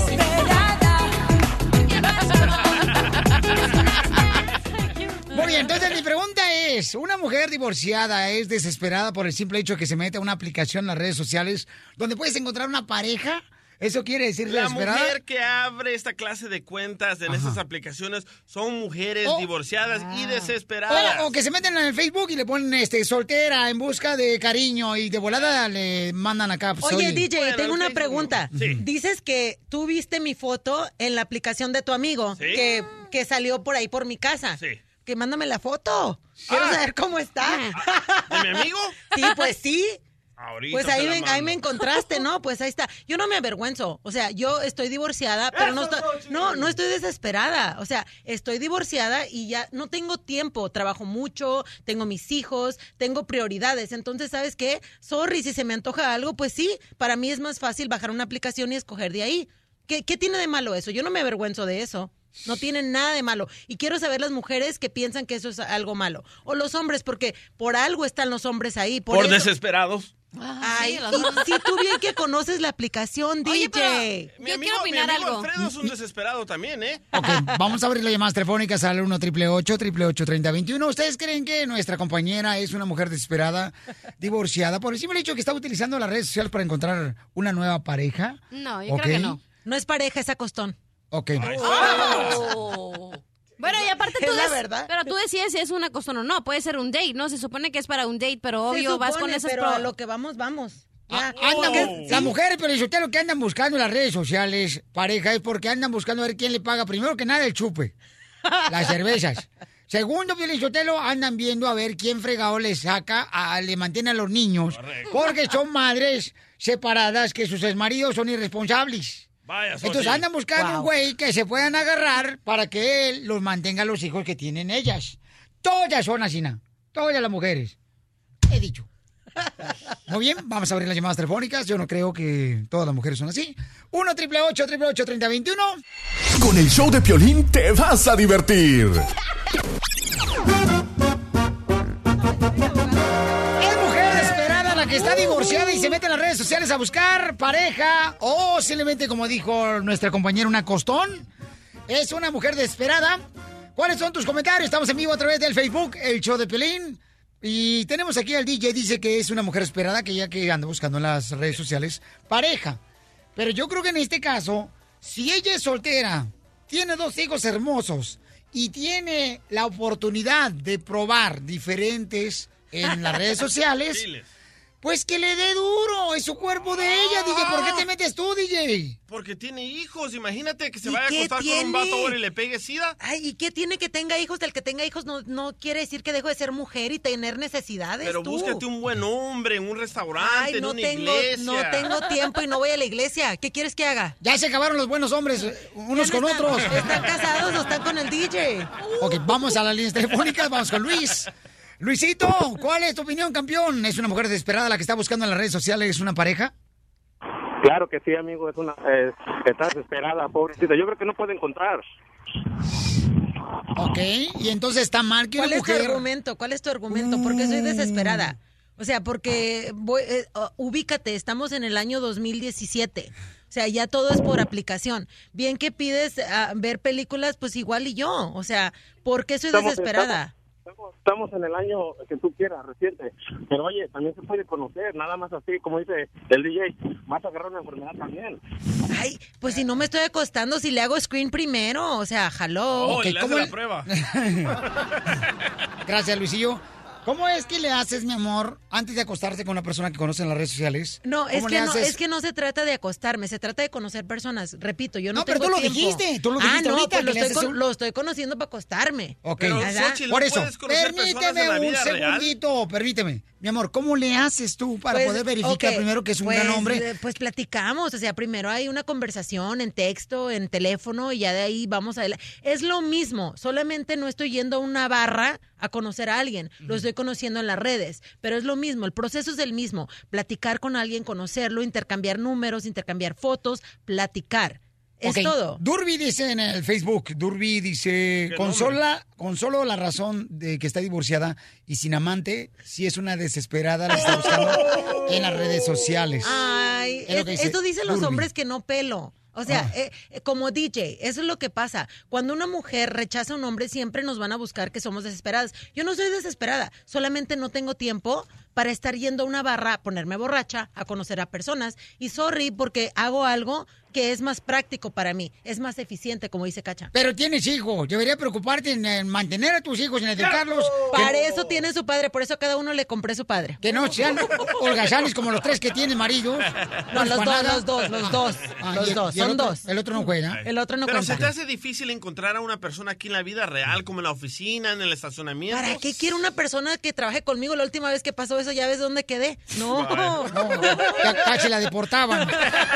Muy bien, entonces mi pregunta es, ¿una mujer divorciada es desesperada por el simple hecho de que se mete a una aplicación en las redes sociales donde puedes encontrar una pareja? ¿Eso quiere decir La desesperada? mujer que abre esta clase de cuentas en esas aplicaciones son mujeres divorciadas y desesperadas. O que se meten en el Facebook y le ponen soltera en busca de cariño y de volada le mandan acá. Pues, Oye, DJ, Bueno, tengo una Facebook. pregunta. Sí. Dices que tú viste mi foto en la aplicación de tu amigo, Sí. que salió por ahí por mi casa. Sí. Que mándame la foto. Quiero saber cómo está. ¿De mi amigo? Sí, pues sí. Ahorita Pues te ahí la me mando. encontraste, ¿no? Pues ahí está. Yo no me avergüenzo. O sea, yo estoy divorciada, pero no estoy desesperada. O sea, estoy divorciada y ya no tengo tiempo. Trabajo mucho, tengo mis hijos, tengo prioridades. Entonces, ¿sabes qué? Sorry, si se me antoja algo, pues sí. Para mí es más fácil bajar una aplicación y escoger de ahí. ¿Qué tiene de malo eso? Yo no me avergüenzo de eso. No tiene nada de malo. Y quiero saber las mujeres que piensan que eso es algo malo. O los hombres, porque por algo están los hombres ahí. Por eso- desesperados. Ay, Sí, los y si tú bien que conoces la aplicación, Oye, DJ. pero- Yo quiero opinar mi amigo algo. Alfredo es un desesperado también, ¿eh? Ok, vamos a abrir las llamadas telefónicas al 1-888-888-3021. ¿Ustedes creen que nuestra compañera es una mujer desesperada, divorciada, por el simple hecho que está utilizando las redes sociales para encontrar una nueva pareja? No, yo ¿Ok? creo que no. No es pareja, es acostón. Ok. Bueno, y aparte tú Es la verdad. pero tú decides si es un acostón o no. Puede ser un date, ¿no? Se supone que es para un date, pero obvio vas con esas pero a lo que vamos. Ya. Las mujeres, pero usted lo que andan buscando en las redes sociales, pareja, es porque andan buscando a ver quién le paga primero que nada el chupe. Las cervezas. Segundo, Piolichotelo, andan viendo a ver quién fregado le le mantiene a los niños. Correcto. Porque son madres separadas que sus exmaridos son irresponsables. Vaya, Entonces Xochitl. andan buscando un güey que se puedan agarrar para que él los mantenga a los hijos que tienen ellas. Todas son así, ¿no? Todas las mujeres. He dicho. Muy bien, vamos a abrir las llamadas telefónicas. Yo no creo que todas las mujeres son así. 1-888-888-3021. Con el show de Piolín te vas a divertir. Es mujer desesperada la que está divorciada y se mete en las redes sociales a buscar pareja o simplemente, como dijo nuestra compañera, una costón. Es una mujer desesperada. ¿Cuáles son tus comentarios? Estamos en vivo a través del Facebook, el show de Piolín. Y tenemos aquí al DJ, dice que es una mujer esperada que ya que anda buscando en las redes sociales pareja. Pero yo creo que en este caso, si ella es soltera, tiene 2 hijos hermosos y tiene la oportunidad de probar diferentes en las redes sociales, pues que le dé duro, es su cuerpo de ella, DJ. ¿Por qué te metes tú, DJ? Porque tiene hijos, imagínate que se ¿Y vaya a qué acostar con tiene? un vato ahora y le pegue sida. Ay, ¿y qué tiene que tenga hijos? Del que tenga hijos no quiere decir que dejo de ser mujer y tener necesidades. Pero tú. búscate un buen hombre en un restaurante, Ay, en no una tengo, iglesia. no tengo tiempo y no voy a la iglesia. ¿Qué quieres que haga? Ya se acabaron los buenos hombres, unos con ¿Quién otros. ¿Están casados o están con el DJ? Ok, vamos a las líneas telefónicas, vamos con Luis. Luisito, ¿cuál es tu opinión, campeón? ¿Es una mujer desesperada la que está buscando en las redes sociales una pareja? Claro que sí, amigo, está desesperada, pobrecita. Yo creo que no puede encontrar. Ok, y entonces está mal que ¿Cuál una es tu mujer... argumento? ¿Cuál es tu argumento? ¿Por qué soy desesperada? O sea, porque ubícate, estamos en el año 2017. O sea, ya todo es por aplicación. Bien que pides ver películas, pues igual y yo. O sea, ¿por qué soy desesperada? Estamos en el año que tú quieras, reciente. Pero oye, también se puede conocer, nada más así, como dice el DJ, vas a agarrar una enfermedad también. Ay, pues si no me estoy acostando, si le hago screen primero, o sea, jaló. Oh, le hace la prueba. Gracias, Luisillo. ¿Cómo es que le haces, mi amor, antes de acostarse con una persona que conoce en las redes sociales? No, es ¿Cómo que le no, haces? es que no se trata de acostarme, se trata de conocer personas. Repito, yo no No, tengo pero tú lo tiempo. dijiste, tú lo dijiste no, ahorita, pues que le haces lo estoy conociendo para acostarme. Ok, Pero, ¿verdad? Xochitl, ¿no por eso, puedes conocer personas en permíteme la un vida real? segundito, permíteme. Mi amor, ¿cómo le haces tú para Pues, poder verificar ok, primero que es un pues, gran hombre? Pues platicamos, o sea, primero hay una conversación en texto, en teléfono, y ya de ahí vamos a... Es lo mismo, solamente no estoy yendo a una barra a conocer a alguien, lo estoy conociendo en las redes, pero es lo mismo, el proceso es el mismo, platicar con alguien, conocerlo, intercambiar números, intercambiar fotos, platicar. Es Ok, todo. Durby dice en el Facebook, Durby dice, con solo la razón de que está divorciada y sin amante, si es una desesperada, la está buscando en las redes sociales. Ay, Es lo que dice esto dicen los Durby. hombres que no pelo. O sea, como DJ, eso es lo que pasa. Cuando una mujer rechaza a un hombre, siempre nos van a buscar que somos desesperadas. Yo no soy desesperada, solamente no tengo tiempo para estar yendo a una barra, a ponerme borracha, a conocer a personas. Y sorry, porque hago algo que es más práctico para mí, es más eficiente, como dice Cacha. Pero tienes hijos, debería preocuparte en mantener a tus hijos, en educarlos. Para eso tiene su padre, por eso a cada uno le compré su padre. Que no sean holgazanes como los 3 que tienen maridos. No, los dos. Son dos. El otro no juega. El otro no Pero cuenta. ¿se te hace difícil encontrar a una persona aquí en la vida real, como en la oficina, en el estacionamiento? ¿Para qué quiero una persona que trabaje conmigo? La última vez que pasó eso, ¿ya ves dónde quedé? No. Casi la deportaban.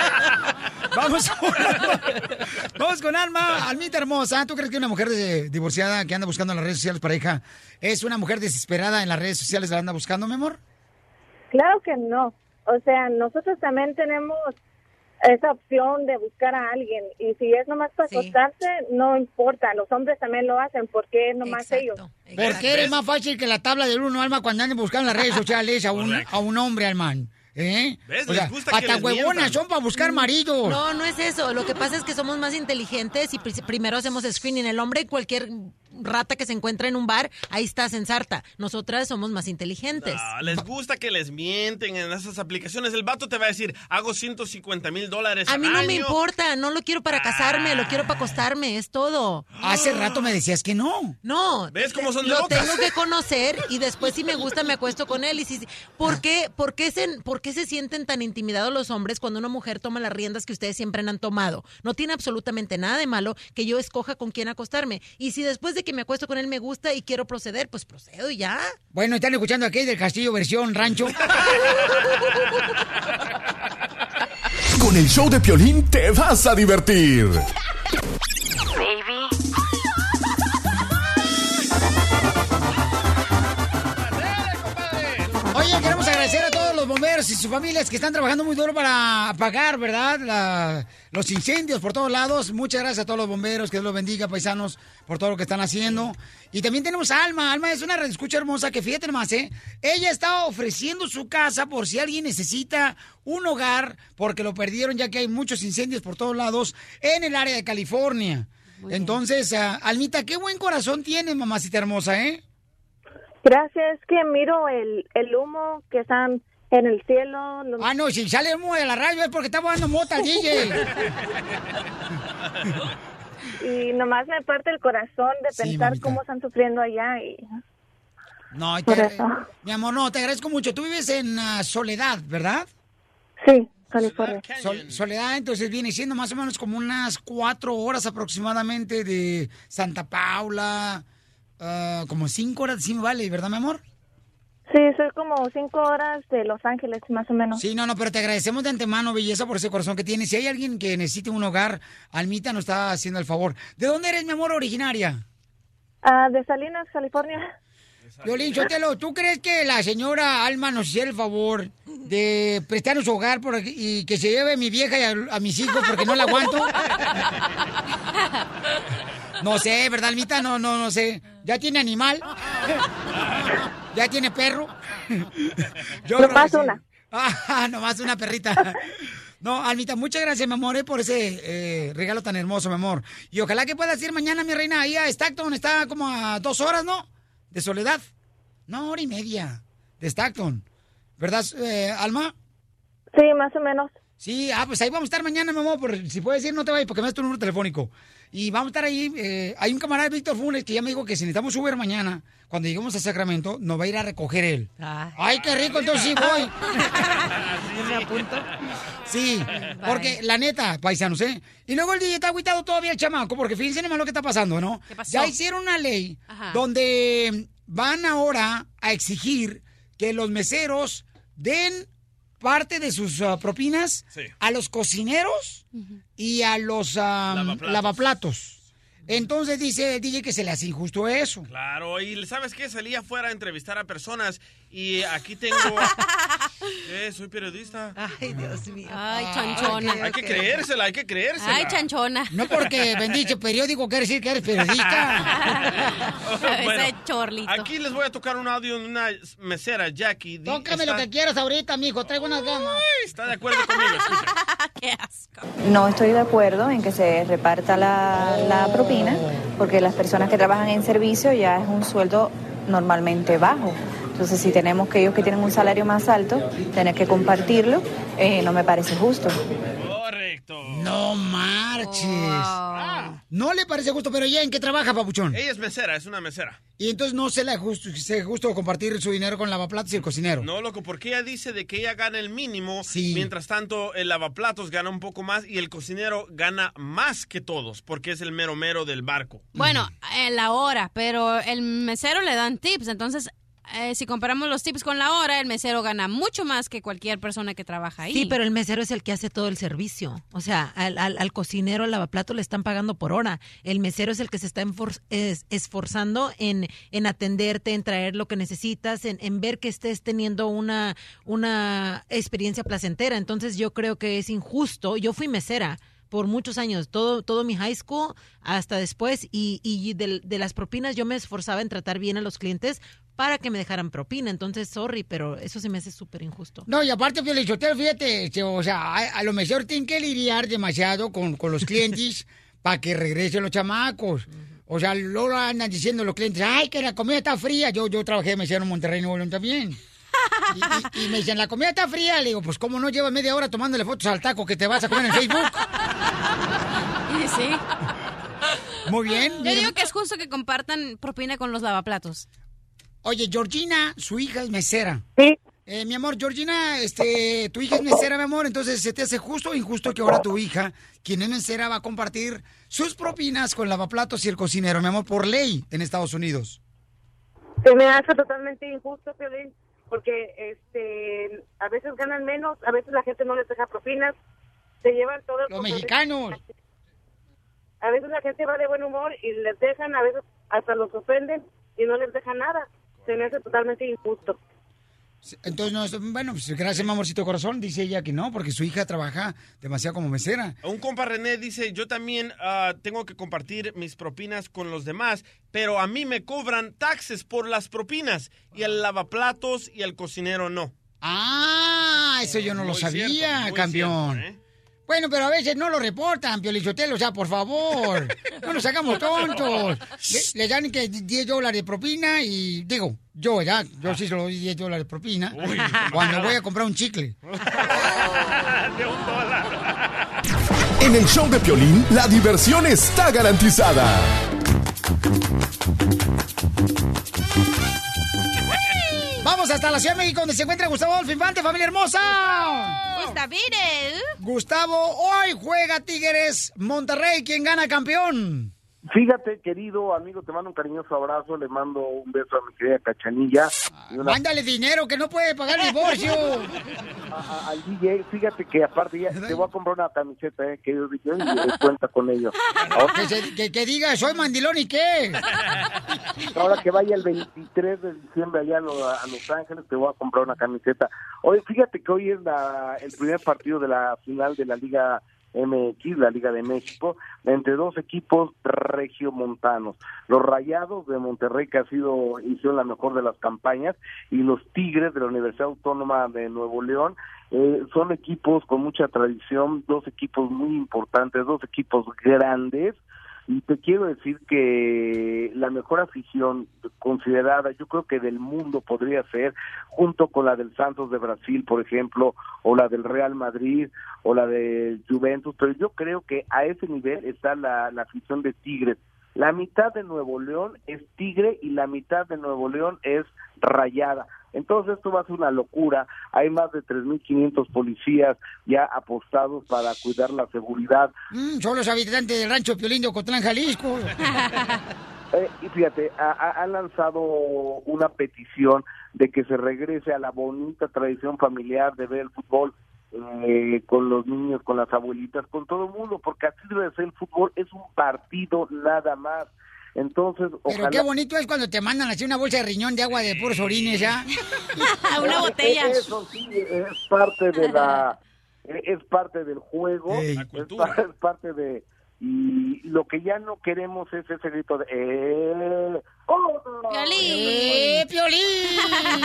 Vamos con Alma, Almita hermosa. ¿Tú crees que una mujer divorciada que anda buscando en las redes sociales pareja es una mujer desesperada en las redes sociales la anda buscando, mi amor? Claro que no. O sea, nosotros también tenemos esa opción de buscar a alguien. Y si es nomás para acostarse, no importa. Los hombres también lo hacen. ¿Por qué nomás ellos? Porque eres más fácil que la tabla del 1, Alma, cuando anden buscando en las redes sociales a un hombre, Alma. ¿Ves? O sea, Les gusta que hasta les huevonas mientan. son para buscar maridos. No, no es eso. Lo que pasa es que somos más inteligentes y primero hacemos screening. El hombre en cualquier rata que se encuentra en un bar, ahí está ensarta. Nosotras somos más inteligentes. Les gusta que les mienten en esas aplicaciones. El vato te va a decir, hago $150,000 A mí al no año. me importa, no lo quiero para casarme, lo quiero para acostarme, es todo. Hace rato me decías que no. No. ¿Ves cómo son de Lo locas? tengo que conocer y después si me gusta me acuesto con él. Y si, ¿por qué se sienten tan intimidados los hombres cuando una mujer toma las riendas que ustedes siempre han tomado? No tiene absolutamente nada de malo que yo escoja con quién acostarme. Y si después de que me acuesto con él me gusta y quiero proceder, pues procedo y ya. Bueno, están escuchando aquí del Castillo versión rancho. Con el show de Piolín te vas a divertir. Oye, queremos agradecer a todos los bomberos y sus familias que están trabajando muy duro para apagar, ¿verdad? Los incendios por todos lados. Muchas gracias a todos los bomberos. Que Dios los bendiga, paisanos, por todo lo que están haciendo. Y también tenemos a Alma. Alma es una radioescucha hermosa que, fíjate nomás, ella está ofreciendo su casa por si alguien necesita un hogar, porque lo perdieron ya que hay muchos incendios por todos lados en el área de California. Entonces, Almita, qué buen corazón tienes, mamacita hermosa, Gracias, es que miro el humo que están en el cielo. Ah, no, si sale humo de la radio es porque está dando mota al DJ. Y nomás me parte el corazón de pensar mamita. cómo están sufriendo allá. No, Por eso. mi amor, no, te agradezco mucho. Tú vives en Soledad, ¿verdad? Sí, California. Soledad, entonces viene siendo más o menos como unas 4 horas aproximadamente de Santa Paula. Como 5 horas, sí me vale, ¿verdad, mi amor? Sí, soy como 5 horas de Los Ángeles, más o menos. Sí, no, pero te agradecemos de antemano, belleza, por ese corazón que tienes. Si hay alguien que necesite un hogar, Almita nos está haciendo el favor. ¿De dónde eres, mi amor, originaria? De Salinas, California. Piolín Sotelo, ¿tú crees que la señora Alma nos hiciera el favor de prestarnos su hogar y que se lleve a mi vieja y a mis hijos porque no la aguanto? No sé, ¿verdad, Almita? No sé. ¿Ya tiene animal? ¿Ya tiene perro? Nomás una. Nomás una perrita. No, Almita, muchas gracias, mi amor, por ese regalo tan hermoso, mi amor. Y ojalá que puedas ir mañana, mi reina, ahí a Stockton. Está como a 2 horas, ¿no? De Soledad. No, 1 hora y media de Stockton. ¿Verdad, Alma? Sí, más o menos. Sí, pues ahí vamos a estar mañana, mi amor. Si puedes ir, no te vayas porque me das tu número telefónico. Y vamos a estar ahí. Hay un camarada, Víctor Funes, que ya me dijo que si necesitamos Uber mañana, cuando lleguemos a Sacramento, nos va a ir a recoger él. Ay, qué rico, entonces sí voy. ¿Me apunto? Sí, porque la neta, paisanos, Y luego el DJ está agüitado todavía el chamaco, porque fíjense nomás lo que está pasando, ¿no? ¿Qué pasó? Ya hicieron una ley donde van ahora a exigir que los meseros den parte de sus propinas a los cocineros y a los lavaplatos. Entonces dice el DJ que se le hace injusto eso. Claro, y ¿sabes qué? Salí afuera a entrevistar a personas y aquí tengo... soy periodista. Ay, Dios mío. Ay, chanchona. Hay que creérsela, hay que creérsela. Ay, chanchona. No porque bendice periódico quiere decir que eres periodista. Bueno, Ese chorlito. aquí les voy a tocar un audio de una mesera, Jackie. Tócame lo que quieras ahorita, mijo. Traigo unas ganas. Está de acuerdo conmigo, escucha. Qué asco. No estoy de acuerdo en que se reparta la propina, porque las personas que trabajan en servicio ya es un sueldo normalmente bajo. Entonces, si tenemos que ellos que tienen un salario más alto, tener que compartirlo, no me parece justo. Correcto. No marches. No le parece justo, pero ¿ya en qué trabaja, papuchón? Ella es mesera, es una mesera. Y entonces no se le justo compartir su dinero con el lavaplatos y el cocinero. No, loco, porque ella dice de que ella gana el mínimo, mientras tanto el lavaplatos gana un poco más y el cocinero gana más que todos, porque es el mero mero del barco. Bueno, la hora, pero el mesero le dan tips, entonces... si comparamos los tips con la hora, el mesero gana mucho más que cualquier persona que trabaja ahí. Sí, pero el mesero es el que hace todo el servicio. O sea, al cocinero, al lavaplato le están pagando por hora. El mesero es el que se está esforzando en atenderte, en traer lo que necesitas, en ver que estés teniendo una experiencia placentera. Entonces yo creo que es injusto. Yo fui mesera por muchos años, todo mi high school hasta después, y de las propinas yo me esforzaba en tratar bien a los clientes para que me dejaran propina. Entonces, sorry, pero eso se me hace súper injusto. No, y aparte, Piolichotelo, fíjate, o sea, a lo mejor tienen que lidiar demasiado con los clientes para que regresen los chamacos. O sea, luego andan diciendo los clientes, ay, que la comida está fría. Yo trabajé de mesero en Monterrey, Nuevo León también. Y me dicen, la comida está fría. Le digo, pues, ¿cómo no llevas media hora tomándole fotos al taco que te vas a comer en Facebook? Y sí. Muy bien. Yo digo que es justo que compartan propina con los lavaplatos. Oye, Georgina, su hija es mesera. Sí. Mi amor, Georgina, tu hija es mesera, mi amor, entonces ¿se te hace justo o injusto que ahora tu hija, quien es mesera, va a compartir sus propinas con lavaplatos y el cocinero, mi amor, por ley en Estados Unidos? Se me hace totalmente injusto, Piolín, porque a veces ganan menos, a veces la gente no les deja propinas, se llevan todo el... Los mexicanos. A veces la gente va de buen humor y les dejan, a veces hasta los ofenden y no les dejan nada. Se me hace totalmente injusto. Entonces, bueno, pues gracias, mi amorcito corazón, dice ella que no, porque su hija trabaja demasiado como mesera. Un compa René dice, yo también tengo que compartir mis propinas con los demás, pero a mí me cobran taxes por las propinas y el lavaplatos y el cocinero no. Ah, eso yo no lo sabía, cierto, campeón. Cierto, Bueno, pero a veces no lo reportan, Piolichotelo, o sea, por favor, no nos hagamos tontos. Le dan que $10 de propina y, digo, yo sí se lo doy $10 de propina cuando voy a comprar un chicle. De $1. En el show de Piolín, la diversión está garantizada. Vamos hasta la Ciudad de México, donde se encuentra Gustavo Adolfo Infante, familia hermosa. Gustavo, hoy juega Tigres Monterrey. ¿Quién gana, campeón? Fíjate, querido amigo, te mando un cariñoso abrazo, le mando un beso a mi querida Cachanilla. Mándale dinero, que no puede pagar el divorcio. Al DJ, fíjate que aparte ya te voy a comprar una camiseta, querido DJ, y cuenta con ello. Que diga, soy mandilón y qué. Ahora que vaya el 23 de diciembre allá a Los Ángeles, te voy a comprar una camiseta. Oye, fíjate que hoy es el primer partido de la final de la Liga MX, la Liga de México, entre dos equipos regiomontanos, los Rayados de Monterrey, que hicieron la mejor de las campañas, y los Tigres de la Universidad Autónoma de Nuevo León. Son equipos con mucha tradición, dos equipos muy importantes, dos equipos grandes, y te quiero decir que la mejor afición considerada, yo creo que del mundo podría ser, junto con la del Santos de Brasil, por ejemplo, o la del Real Madrid, o la del Juventus, pero yo creo que a ese nivel está la afición de Tigres. La mitad de Nuevo León es Tigre y la mitad de Nuevo León es Rayada. Entonces esto va a ser una locura. Hay más de 3,500 policías ya apostados para cuidar la seguridad. Son los habitantes del rancho Piolín de Ocotlán, Jalisco. Y fíjate, han lanzado una petición de que se regrese a la bonita tradición familiar de ver el fútbol con los niños, con las abuelitas, con todo el mundo, porque así debe ser el fútbol, es un partido nada más. Entonces, pero qué bonito es cuando te mandan así una bolsa de riñón de agua de puros orines, ¿ya? Una botella. Eso sí, es parte de es parte del juego, es parte de... Y lo que ya no queremos es ese grito de ¡Piolín! ¡Piolín!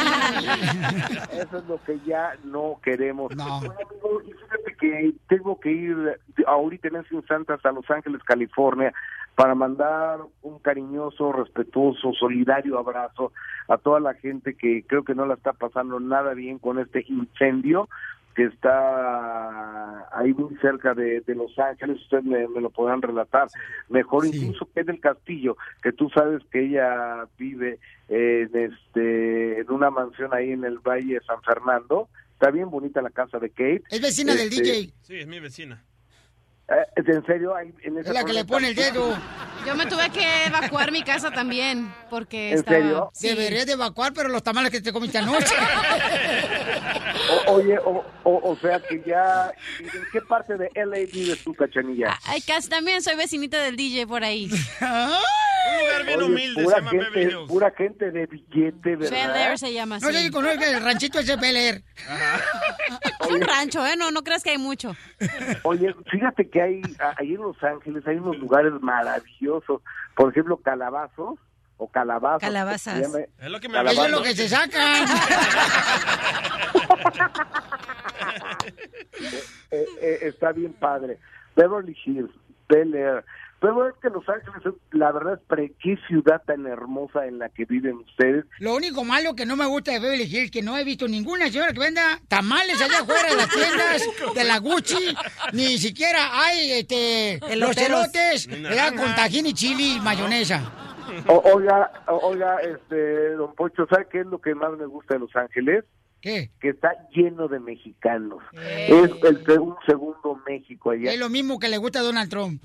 Eso es lo que ya no queremos. No. Bueno, amigo, y fíjate que tengo que ir ahorita en ese instante hasta Los Ángeles, California, para mandar un cariñoso, respetuoso, solidario abrazo a toda la gente que creo que no la está pasando nada bien con este incendio que está ahí muy cerca de Los Ángeles. Ustedes me lo podrán relatar mejor, sí. Incluso que del Castillo, que tú sabes que ella vive en una mansión ahí en el Valle de San Fernando. Está bien bonita la casa de Kate. Es vecina del DJ. Sí, es mi vecina. ¿En serio? Es la que le pone el dedo. Yo me tuve que evacuar mi casa también, porque ¿En serio? Sí. Deberías de evacuar, pero los tamales que te comiste anoche. Oye, o sea que ya... ¿En qué parte de LA vives tú, Cachanilla? Ay, casi también soy vecinita del DJ por ahí. Un lugar bien humilde, se llama Beverly Hills. Pura gente de billete, ¿verdad? Bel Air se llama así. No sé si conoces el ranchito ese Bel Air. Es un rancho, no creas que hay mucho. Oye, fíjate que ahí en Los Ángeles hay unos lugares maravillosos. Por ejemplo, Calabazas. Es lo que me Eso es lo que se sacan. Está bien padre. Beverly Hills, Bel-Air. Pero es que Los Ángeles, la verdad, qué ciudad tan hermosa en la que viven ustedes. Lo único malo que no me gusta de Beverly Hills, que no he visto ninguna señora que venda tamales allá afuera de las tiendas de la Gucci, ni siquiera hay los elotes, ¿verdad? Con tajín y chili y mayonesa. Oiga, don Poncho, ¿sabe qué es lo que más me gusta de Los Ángeles? ¿Qué? Que está lleno de mexicanos. Es un segundo México allá. Es lo mismo que le gusta a Donald Trump.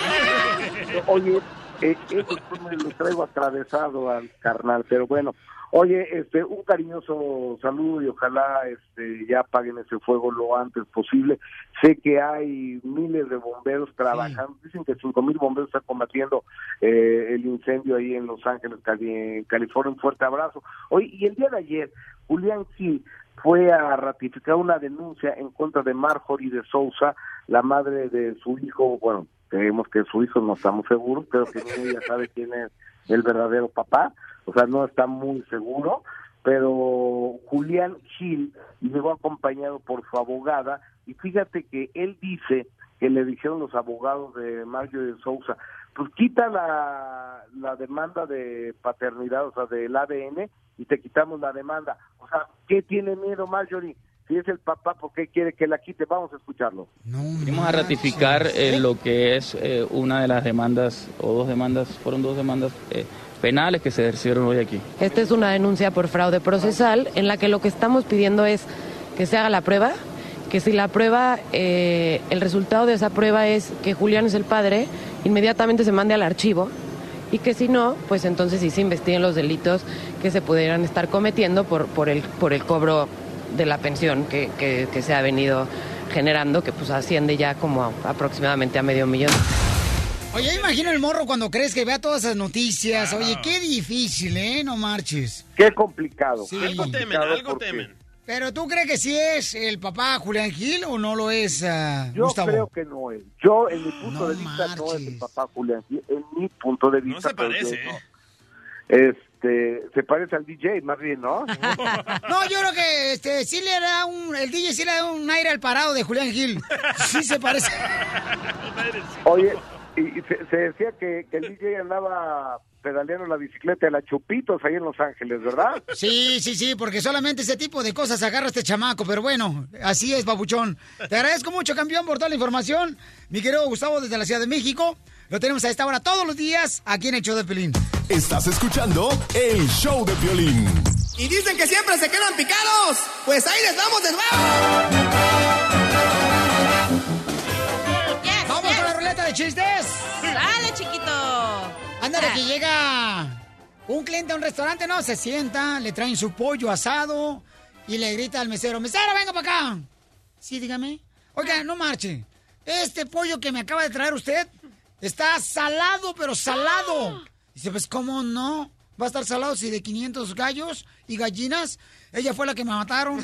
Oye, eso me lo traigo atravesado al carnal, pero bueno. Oye, un cariñoso saludo y ojalá ya apaguen ese fuego lo antes posible. Sé que hay miles de bomberos trabajando. Dicen que 5,000 bomberos están combatiendo el incendio ahí en Los Ángeles, California. Un fuerte abrazo. Oye, y el día de ayer, Julián Gil fue a ratificar una denuncia en contra de Marjorie de Sousa, la madre de su hijo. Bueno, creemos que su hijo, no estamos seguros, creo que ella sabe quién es el verdadero papá, o sea, no está muy seguro, pero Julián Gil llegó acompañado por su abogada, y fíjate que él dice que le dijeron los abogados de Marjorie de Sousa, pues quita la demanda de paternidad, o sea, del ADN, y te quitamos la demanda. O sea, ¿qué tiene miedo Marjorie? Si es el papá, ¿por qué quiere que la quite? Vamos a escucharlo. Venimos a ratificar lo que es una de las demandas, o fueron dos demandas penales que se ejercieron hoy aquí. Esta es una denuncia por fraude procesal en la que lo que estamos pidiendo es que se haga la prueba, que si la prueba, el resultado de esa prueba es que Julián es el padre, inmediatamente se mande al archivo, y que si no, pues entonces sí se investiguen los delitos que se pudieran estar cometiendo por el cobro de la pensión que se ha venido generando, que pues asciende ya como aproximadamente a $500,000. Oye, imagino el morro cuando crees que vea todas esas noticias. Oye, qué difícil, no marches. Qué complicado. Sí. Algo temen. Pero ¿tú crees que sí es el papá Julián Gil o no lo es, Yo Gustavo? creo que no es. Yo, en mi punto de vista, no es el papá Julián Gil. En mi punto de vista. No se parece, se parece al DJ, más bien, ¿no? No, yo creo que sí le da el DJ sí le da un aire al parado de Julián Gil. Sí se parece. Oye, y se decía que el DJ andaba pedaleando la bicicleta de la Chupitos ahí en Los Ángeles, ¿verdad? Sí, porque solamente ese tipo de cosas agarra este chamaco, pero bueno, así es, babuchón. Te agradezco mucho, campeón, por toda la información. Mi querido Gustavo, desde la Ciudad de México. Lo tenemos a esta hora todos los días aquí en el show de Piolín. Estás escuchando el show de Piolín. Y dicen que siempre se quedan picados. Pues ahí les damos de nuevo. ¡Vamos con la ruleta de chistes! ¡Dale, chiquito! Ándale, que llega un cliente a un restaurante, ¿no? Se sienta, le traen su pollo asado y le grita al mesero, ¡mesero, venga para acá! Sí, dígame. Oiga, no marche. Este pollo que me acaba de traer usted está salado, pero salado. Dice, pues, ¿cómo no? Va a estar salado si de 500 gallos y gallinas, ella fue la que me mataron.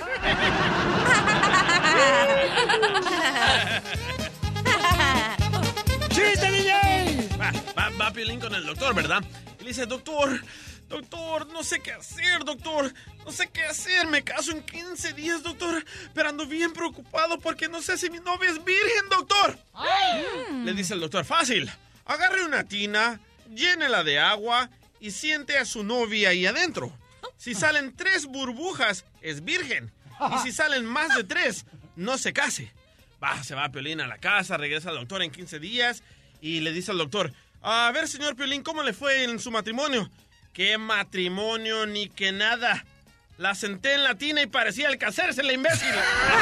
¡Chiste, DJ! Va Piolín con el doctor, ¿verdad? Y le dice, doctor, no sé qué hacer, doctor. No sé qué hacer, me caso en 15 días, doctor. Pero ando bien preocupado porque no sé si mi novia es virgen, doctor. Le dice el doctor, fácil. Agarre una tina, llénela de agua y siente a su novia ahí adentro. Si salen 3 burbujas, es virgen. Y si salen más de 3, no se case. Se va Piolín a la casa, regresa al doctor en 15 días y le dice al doctor, a ver, señor Piolín, ¿cómo le fue en su matrimonio? ¿Qué matrimonio ni que nada? La senté en la tina y parecía el caserse, la imbécil.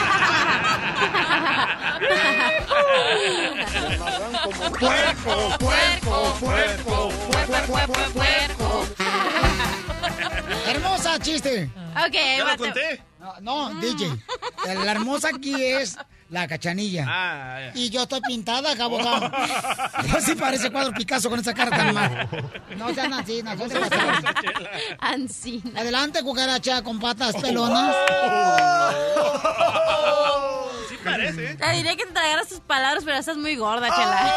¡Puerco! Hermosa chiste. Ok, ¿Ya lo conté? No, DJ. La hermosa aquí es la Cachanilla. Y yo estoy pintada, abogado. Yo sí parece cuadro Picasso con esa cara tan mal. No sean así, no sean así. Adelante, cucaracha con patas pelonas. Sí parece. Te diría que te tragaras tus palabras, pero estás muy gorda, Chela.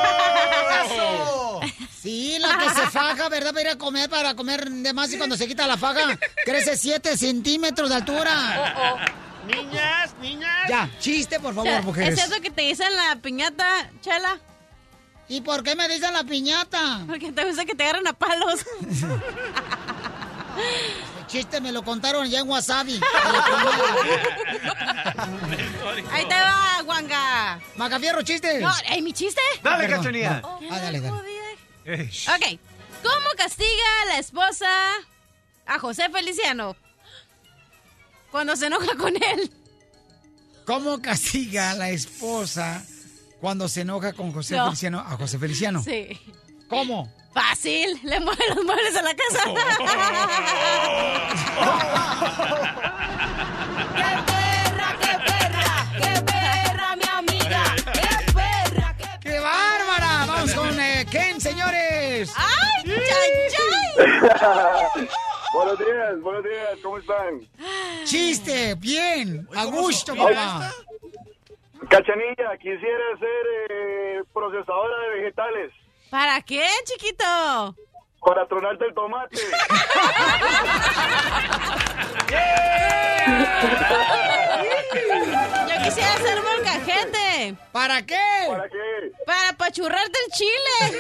Sí, la que se faja, ¿verdad? Para comer de más, y cuando se quita la faja crece 7 centímetros de altura. Niñas. Ya, chiste, por favor, mujeres. ¿Es cierto que te dicen la piñata, Chela? ¿Y por qué me dicen la piñata? Porque te gusta que te agarren a palos. El chiste me lo contaron ya en Wasabi. Ahí te va, Juanga. Macafierro, chistes. No, ¿hay mi chiste? Dale, Perdón, Cachanilla. no. Dale. Ok. ¿Cómo castiga la esposa a José Feliciano cuando se enoja con él? ¿Cómo castiga la esposa cuando se enoja con José Feliciano a José Feliciano? Sí. ¿Cómo? Fácil, le mueve los muebles a la casa. ¡Qué perra, mi amiga! ¡Qué perra! ¡Qué bárbara! Vamos con Ken, señores. ¡Ay, chay! Buenos días, ¿cómo están? Chiste, bien, a gusto, papá. Cachanilla, quisiera ser procesadora de vegetales. ¿Para qué, chiquito? Para tronarte el tomate. Yo quisiera ser molcajete. ¿Para qué? ¿Para qué? Para apachurrarte el chile.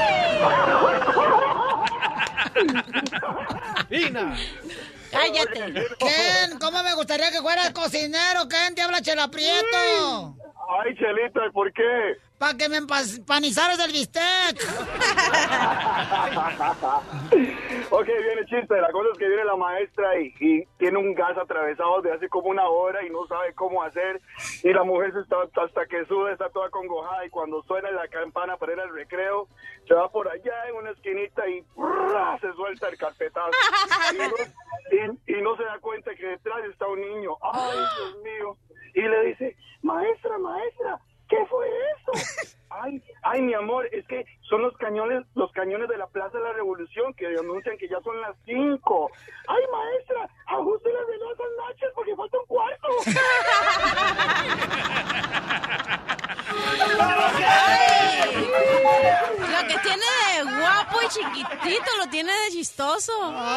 ¡Pina! ¡Cállate! Ken, ¿cómo me gustaría que fueras cocinero? Ken, te habla Chela Prieto. Ay, Chelita, ¿por qué? Para que me empanizaras el bistec. Ok, viene el chiste. La cosa es que viene la maestra y tiene un gas atravesado de hace como 1 hora y no sabe cómo hacer. Y la mujer se está, hasta que suda, está toda congojada. Y cuando suena la campana para ir al recreo, se va por allá en una esquinita y ¡prrr! Se suelta el carpetazo. Y no se da cuenta que detrás está un niño. ¡Ay, Dios mío! Y le dice, maestra, ¿qué fue eso? Ay, mi amor, es que son los cañones de la Plaza de la Revolución que anuncian que ya son las 5. Ay, maestra, ajuste las venosas nachas porque falta un cuarto. Lo que tiene de guapo y chiquitito lo tiene de chistoso.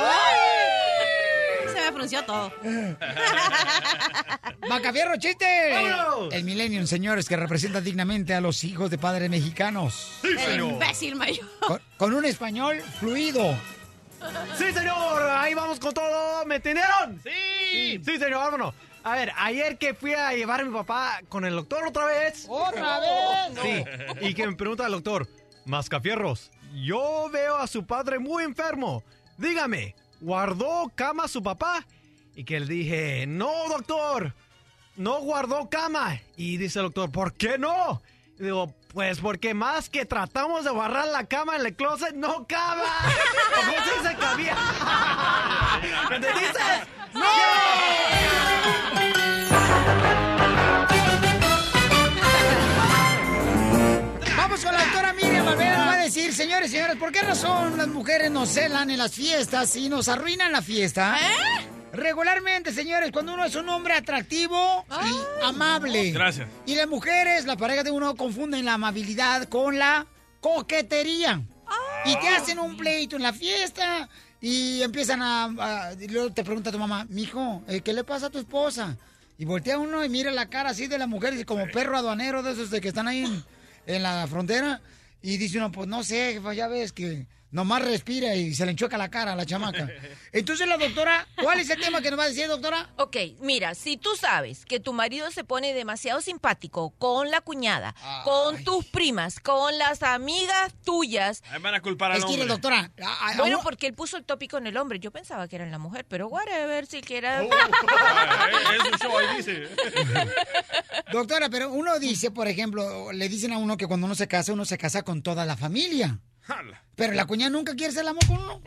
Se me frunció todo. Macafierro, chiste. ¡Vámonos! El Millennium, señores, que representa dignamente a los hijos de padres mexicanos. Sí, El señor. imbécil mayor. Con un español fluido. Sí, señor. Ahí vamos con todo. ¿Me entendieron? Sí. Sí, señor, vámonos. A ver, ayer que fui a llevar a mi papá con el doctor otra vez. ¡Otra vez! Sí, y que me pregunta el doctor, Mascafierros, yo veo a su padre muy enfermo. Dígame, ¿guardó cama su papá? Y que le dije, no, doctor, no guardó cama. Y dice el doctor, ¿por qué no? Y digo, pues porque más que tratamos de guardar la cama en el closet, no cabe. ¿Cómo se dice cabía? ¿Me entendiste? ¡No! Vamos con la doctora Miriam Valverde. Va a decir, señores y señoras, ¿por qué razón las mujeres nos celan en las fiestas y nos arruinan la fiesta? Regularmente, señores, cuando uno es un hombre atractivo y amable. Gracias. Y las mujeres, la pareja de uno, confunden la amabilidad con la coquetería. Y te hacen un pleito en la fiesta y empiezan y luego te pregunta tu mamá, mijo, ¿qué le pasa a tu esposa? Y voltea uno y mira la cara así de la mujer y como perro aduanero de esos de que están ahí en la frontera. Y dice uno, pues no sé, jefa, ya ves que nomás respira y se le enchueca la cara a la chamaca. Entonces la doctora, ¿cuál es el tema que nos va a decir, doctora? Ok, mira, si tú sabes que tu marido se pone demasiado simpático con la cuñada, con tus primas, con las amigas tuyas... Ahí van a culpar al Es que, hombre. doctora... Bueno, porque él puso el tópico en el hombre. Yo pensaba que era en la mujer, pero whatever, si quiera... Es un show, ahí dice. Doctora, pero uno dice, por ejemplo, le dicen a uno que cuando uno se casa con toda la familia. Pero la cuñada nunca quiere hacer el amor con uno.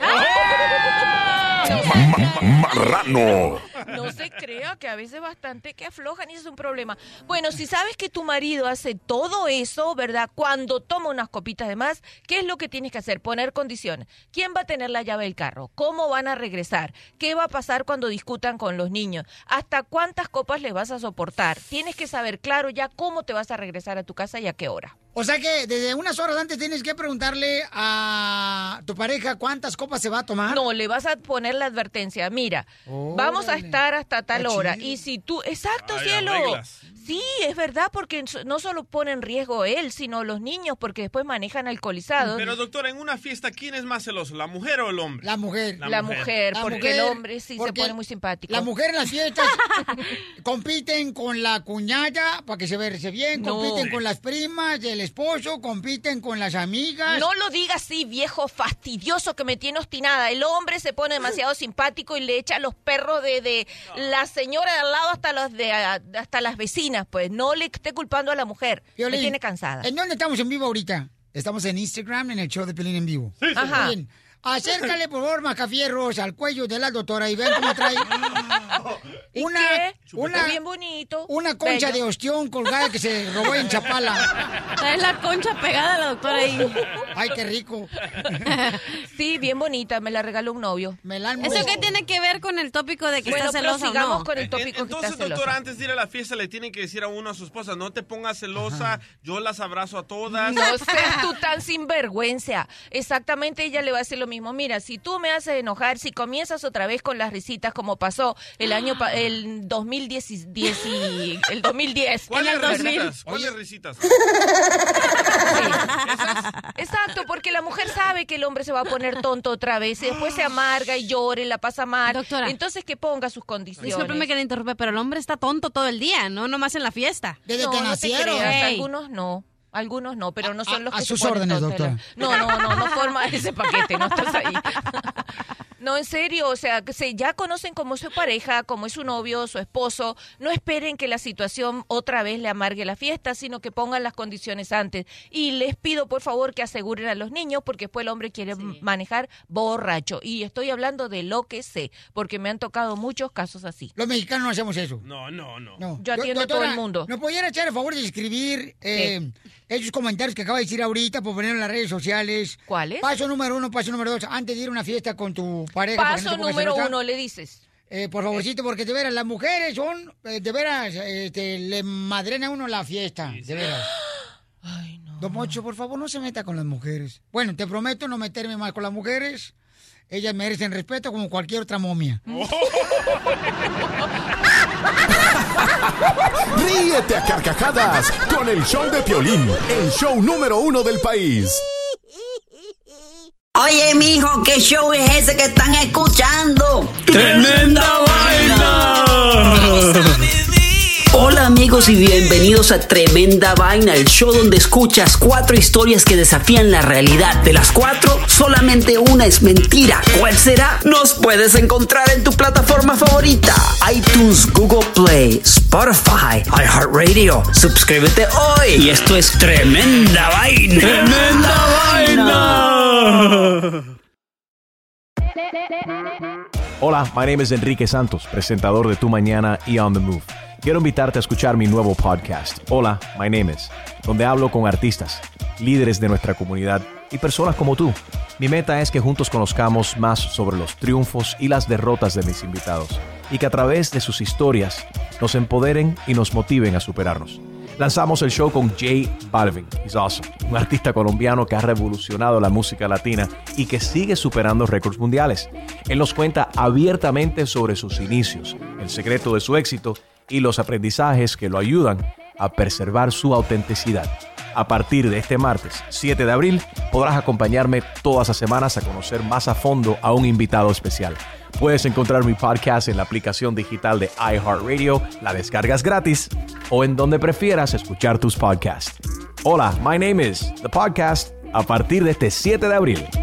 Marrano. No se crea que a veces bastante que aflojan y eso es un problema. Bueno, si sabes que tu marido hace todo eso, ¿verdad? Cuando toma unas copitas de más, ¿qué es lo que tienes que hacer? Poner condiciones. ¿Quién va a tener la llave del carro? ¿Cómo van a regresar? ¿Qué va a pasar cuando discutan con los niños? ¿Hasta cuántas copas les vas a soportar? Tienes que saber claro ya cómo te vas a regresar a tu casa y a qué hora. O sea que desde unas horas antes tienes que preguntarle a tu pareja cuántas copas se va a tomar. No, le vas a poner la advertencia. Mira, vamos a estar hasta tal hora. Y si tú... Exacto, cielo. Sí, es verdad, porque no solo pone en riesgo él, sino los niños, porque después manejan alcoholizados. Pero, doctora, en una fiesta, ¿quién es más celoso, la mujer o el hombre? La mujer. La mujer, porque el hombre sí se pone muy simpático. La mujer en las fiestas compiten con la cuñada para que se verse bien, compiten con las primas del esposo, compiten con las amigas. No lo digas así, viejo fastidioso que me tiene obstinada. El hombre se pone demasiado simpático y le echa a los perros de la señora de al lado hasta las vecinas. Pues no le esté culpando a la mujer. Piolín, me tiene cansada. ¿En dónde estamos en vivo ahorita? Estamos en Instagram, en el show de Piolín en vivo. Sí, ajá. Bien. Acércale, por favor, Mascafierros, al cuello de la doctora y vean cómo trae una bien bonito. Una concha bello. de ostión colgada que se robó en Chapala. Trae la concha pegada a la doctora ahí. Ay, qué rico. Sí, bien bonita, me la regaló un novio. ¿Eso qué tiene que ver con el tópico de que está celosa o no? Con el tópico Entonces, que está celosa. doctora, antes de ir a la fiesta le tienen que decir a uno a su esposa, no te pongas celosa, yo las abrazo a todas. No seas tú tan sinvergüenza. Exactamente, ella le va a decir lo mismo. Mira, si tú me haces enojar, si comienzas otra vez con las risitas como pasó el 2010. El 2010. ¿Cuáles en el 2000. risitas? ¿Cuáles risitas? Sí. Exacto, porque la mujer sabe que el hombre se va a poner tonto otra vez y después se amarga y llora y la pasa mal. Doctora. Entonces que ponga sus condiciones. Discúlpeme que le interrumpe, pero el hombre está tonto todo el día, no nomás en la fiesta. Desde que nacieron. Algunos no. Algunos no, pero no son los que a se sus ponen órdenes, tontos. doctora. No forma ese paquete, no estás ahí. No, en serio, o sea, que ya conocen cómo es su pareja, cómo es su novio, su esposo. No esperen que la situación otra vez le amargue la fiesta, sino que pongan las condiciones antes. Y les pido, por favor, que aseguren a los niños, porque después el hombre quiere manejar borracho. Y estoy hablando de lo que sé, porque me han tocado muchos casos así. Los mexicanos no hacemos eso. No. Yo atiendo a todo el mundo. ¿No pudiera echar el favor de escribir esos comentarios que acaba de decir ahorita por poner en las redes sociales? ¿Cuáles? Paso número 1, paso número 2, antes de ir a una fiesta con tu pareja. Paso número 1, le dices. Por favorcito, porque de veras, las mujeres son, de veras, le madrena a uno la fiesta, de veras. Ay, no. Don Mocho, por favor, no se meta con las mujeres. Bueno, te prometo no meterme más con las mujeres. Ellas merecen respeto como cualquier otra momia. Ríete a carcajadas con el show de Piolín, el show número 1 del país. Oye, mijo, ¿qué show es ese que están escuchando? ¡Tremenda Vaina! Hola amigos y bienvenidos a Tremenda Vaina, el show donde escuchas 4 historias que desafían la realidad. De las 4, solamente una es mentira. ¿Cuál será? Nos puedes encontrar en tu plataforma favorita: iTunes, Google Play, Spotify, iHeartRadio. Suscríbete hoy. Y esto es Tremenda Vaina. ¡Tremenda Vaina! Hola, my name is Enrique Santos, presentador de Tu Mañana y On The Move. Quiero invitarte a escuchar mi nuevo podcast, Hola, my name is, donde hablo con artistas, líderes de nuestra comunidad y personas como tú. Mi meta es que juntos conozcamos más sobre los triunfos y las derrotas de mis invitados y que a través de sus historias nos empoderen y nos motiven a superarnos. Lanzamos el show con J Balvin, he's awesome, un artista colombiano que ha revolucionado la música latina y que sigue superando récords mundiales. Él nos cuenta abiertamente sobre sus inicios, el secreto de su éxito y los aprendizajes que lo ayudan a preservar su autenticidad. A partir de este martes 7 de abril podrás acompañarme todas las semanas a conocer más a fondo a un invitado especial. Puedes encontrar mi podcast en la aplicación digital de iHeartRadio, la descargas gratis o en donde prefieras escuchar tus podcasts. Hola, my name is The Podcast, a partir de este 7 de abril.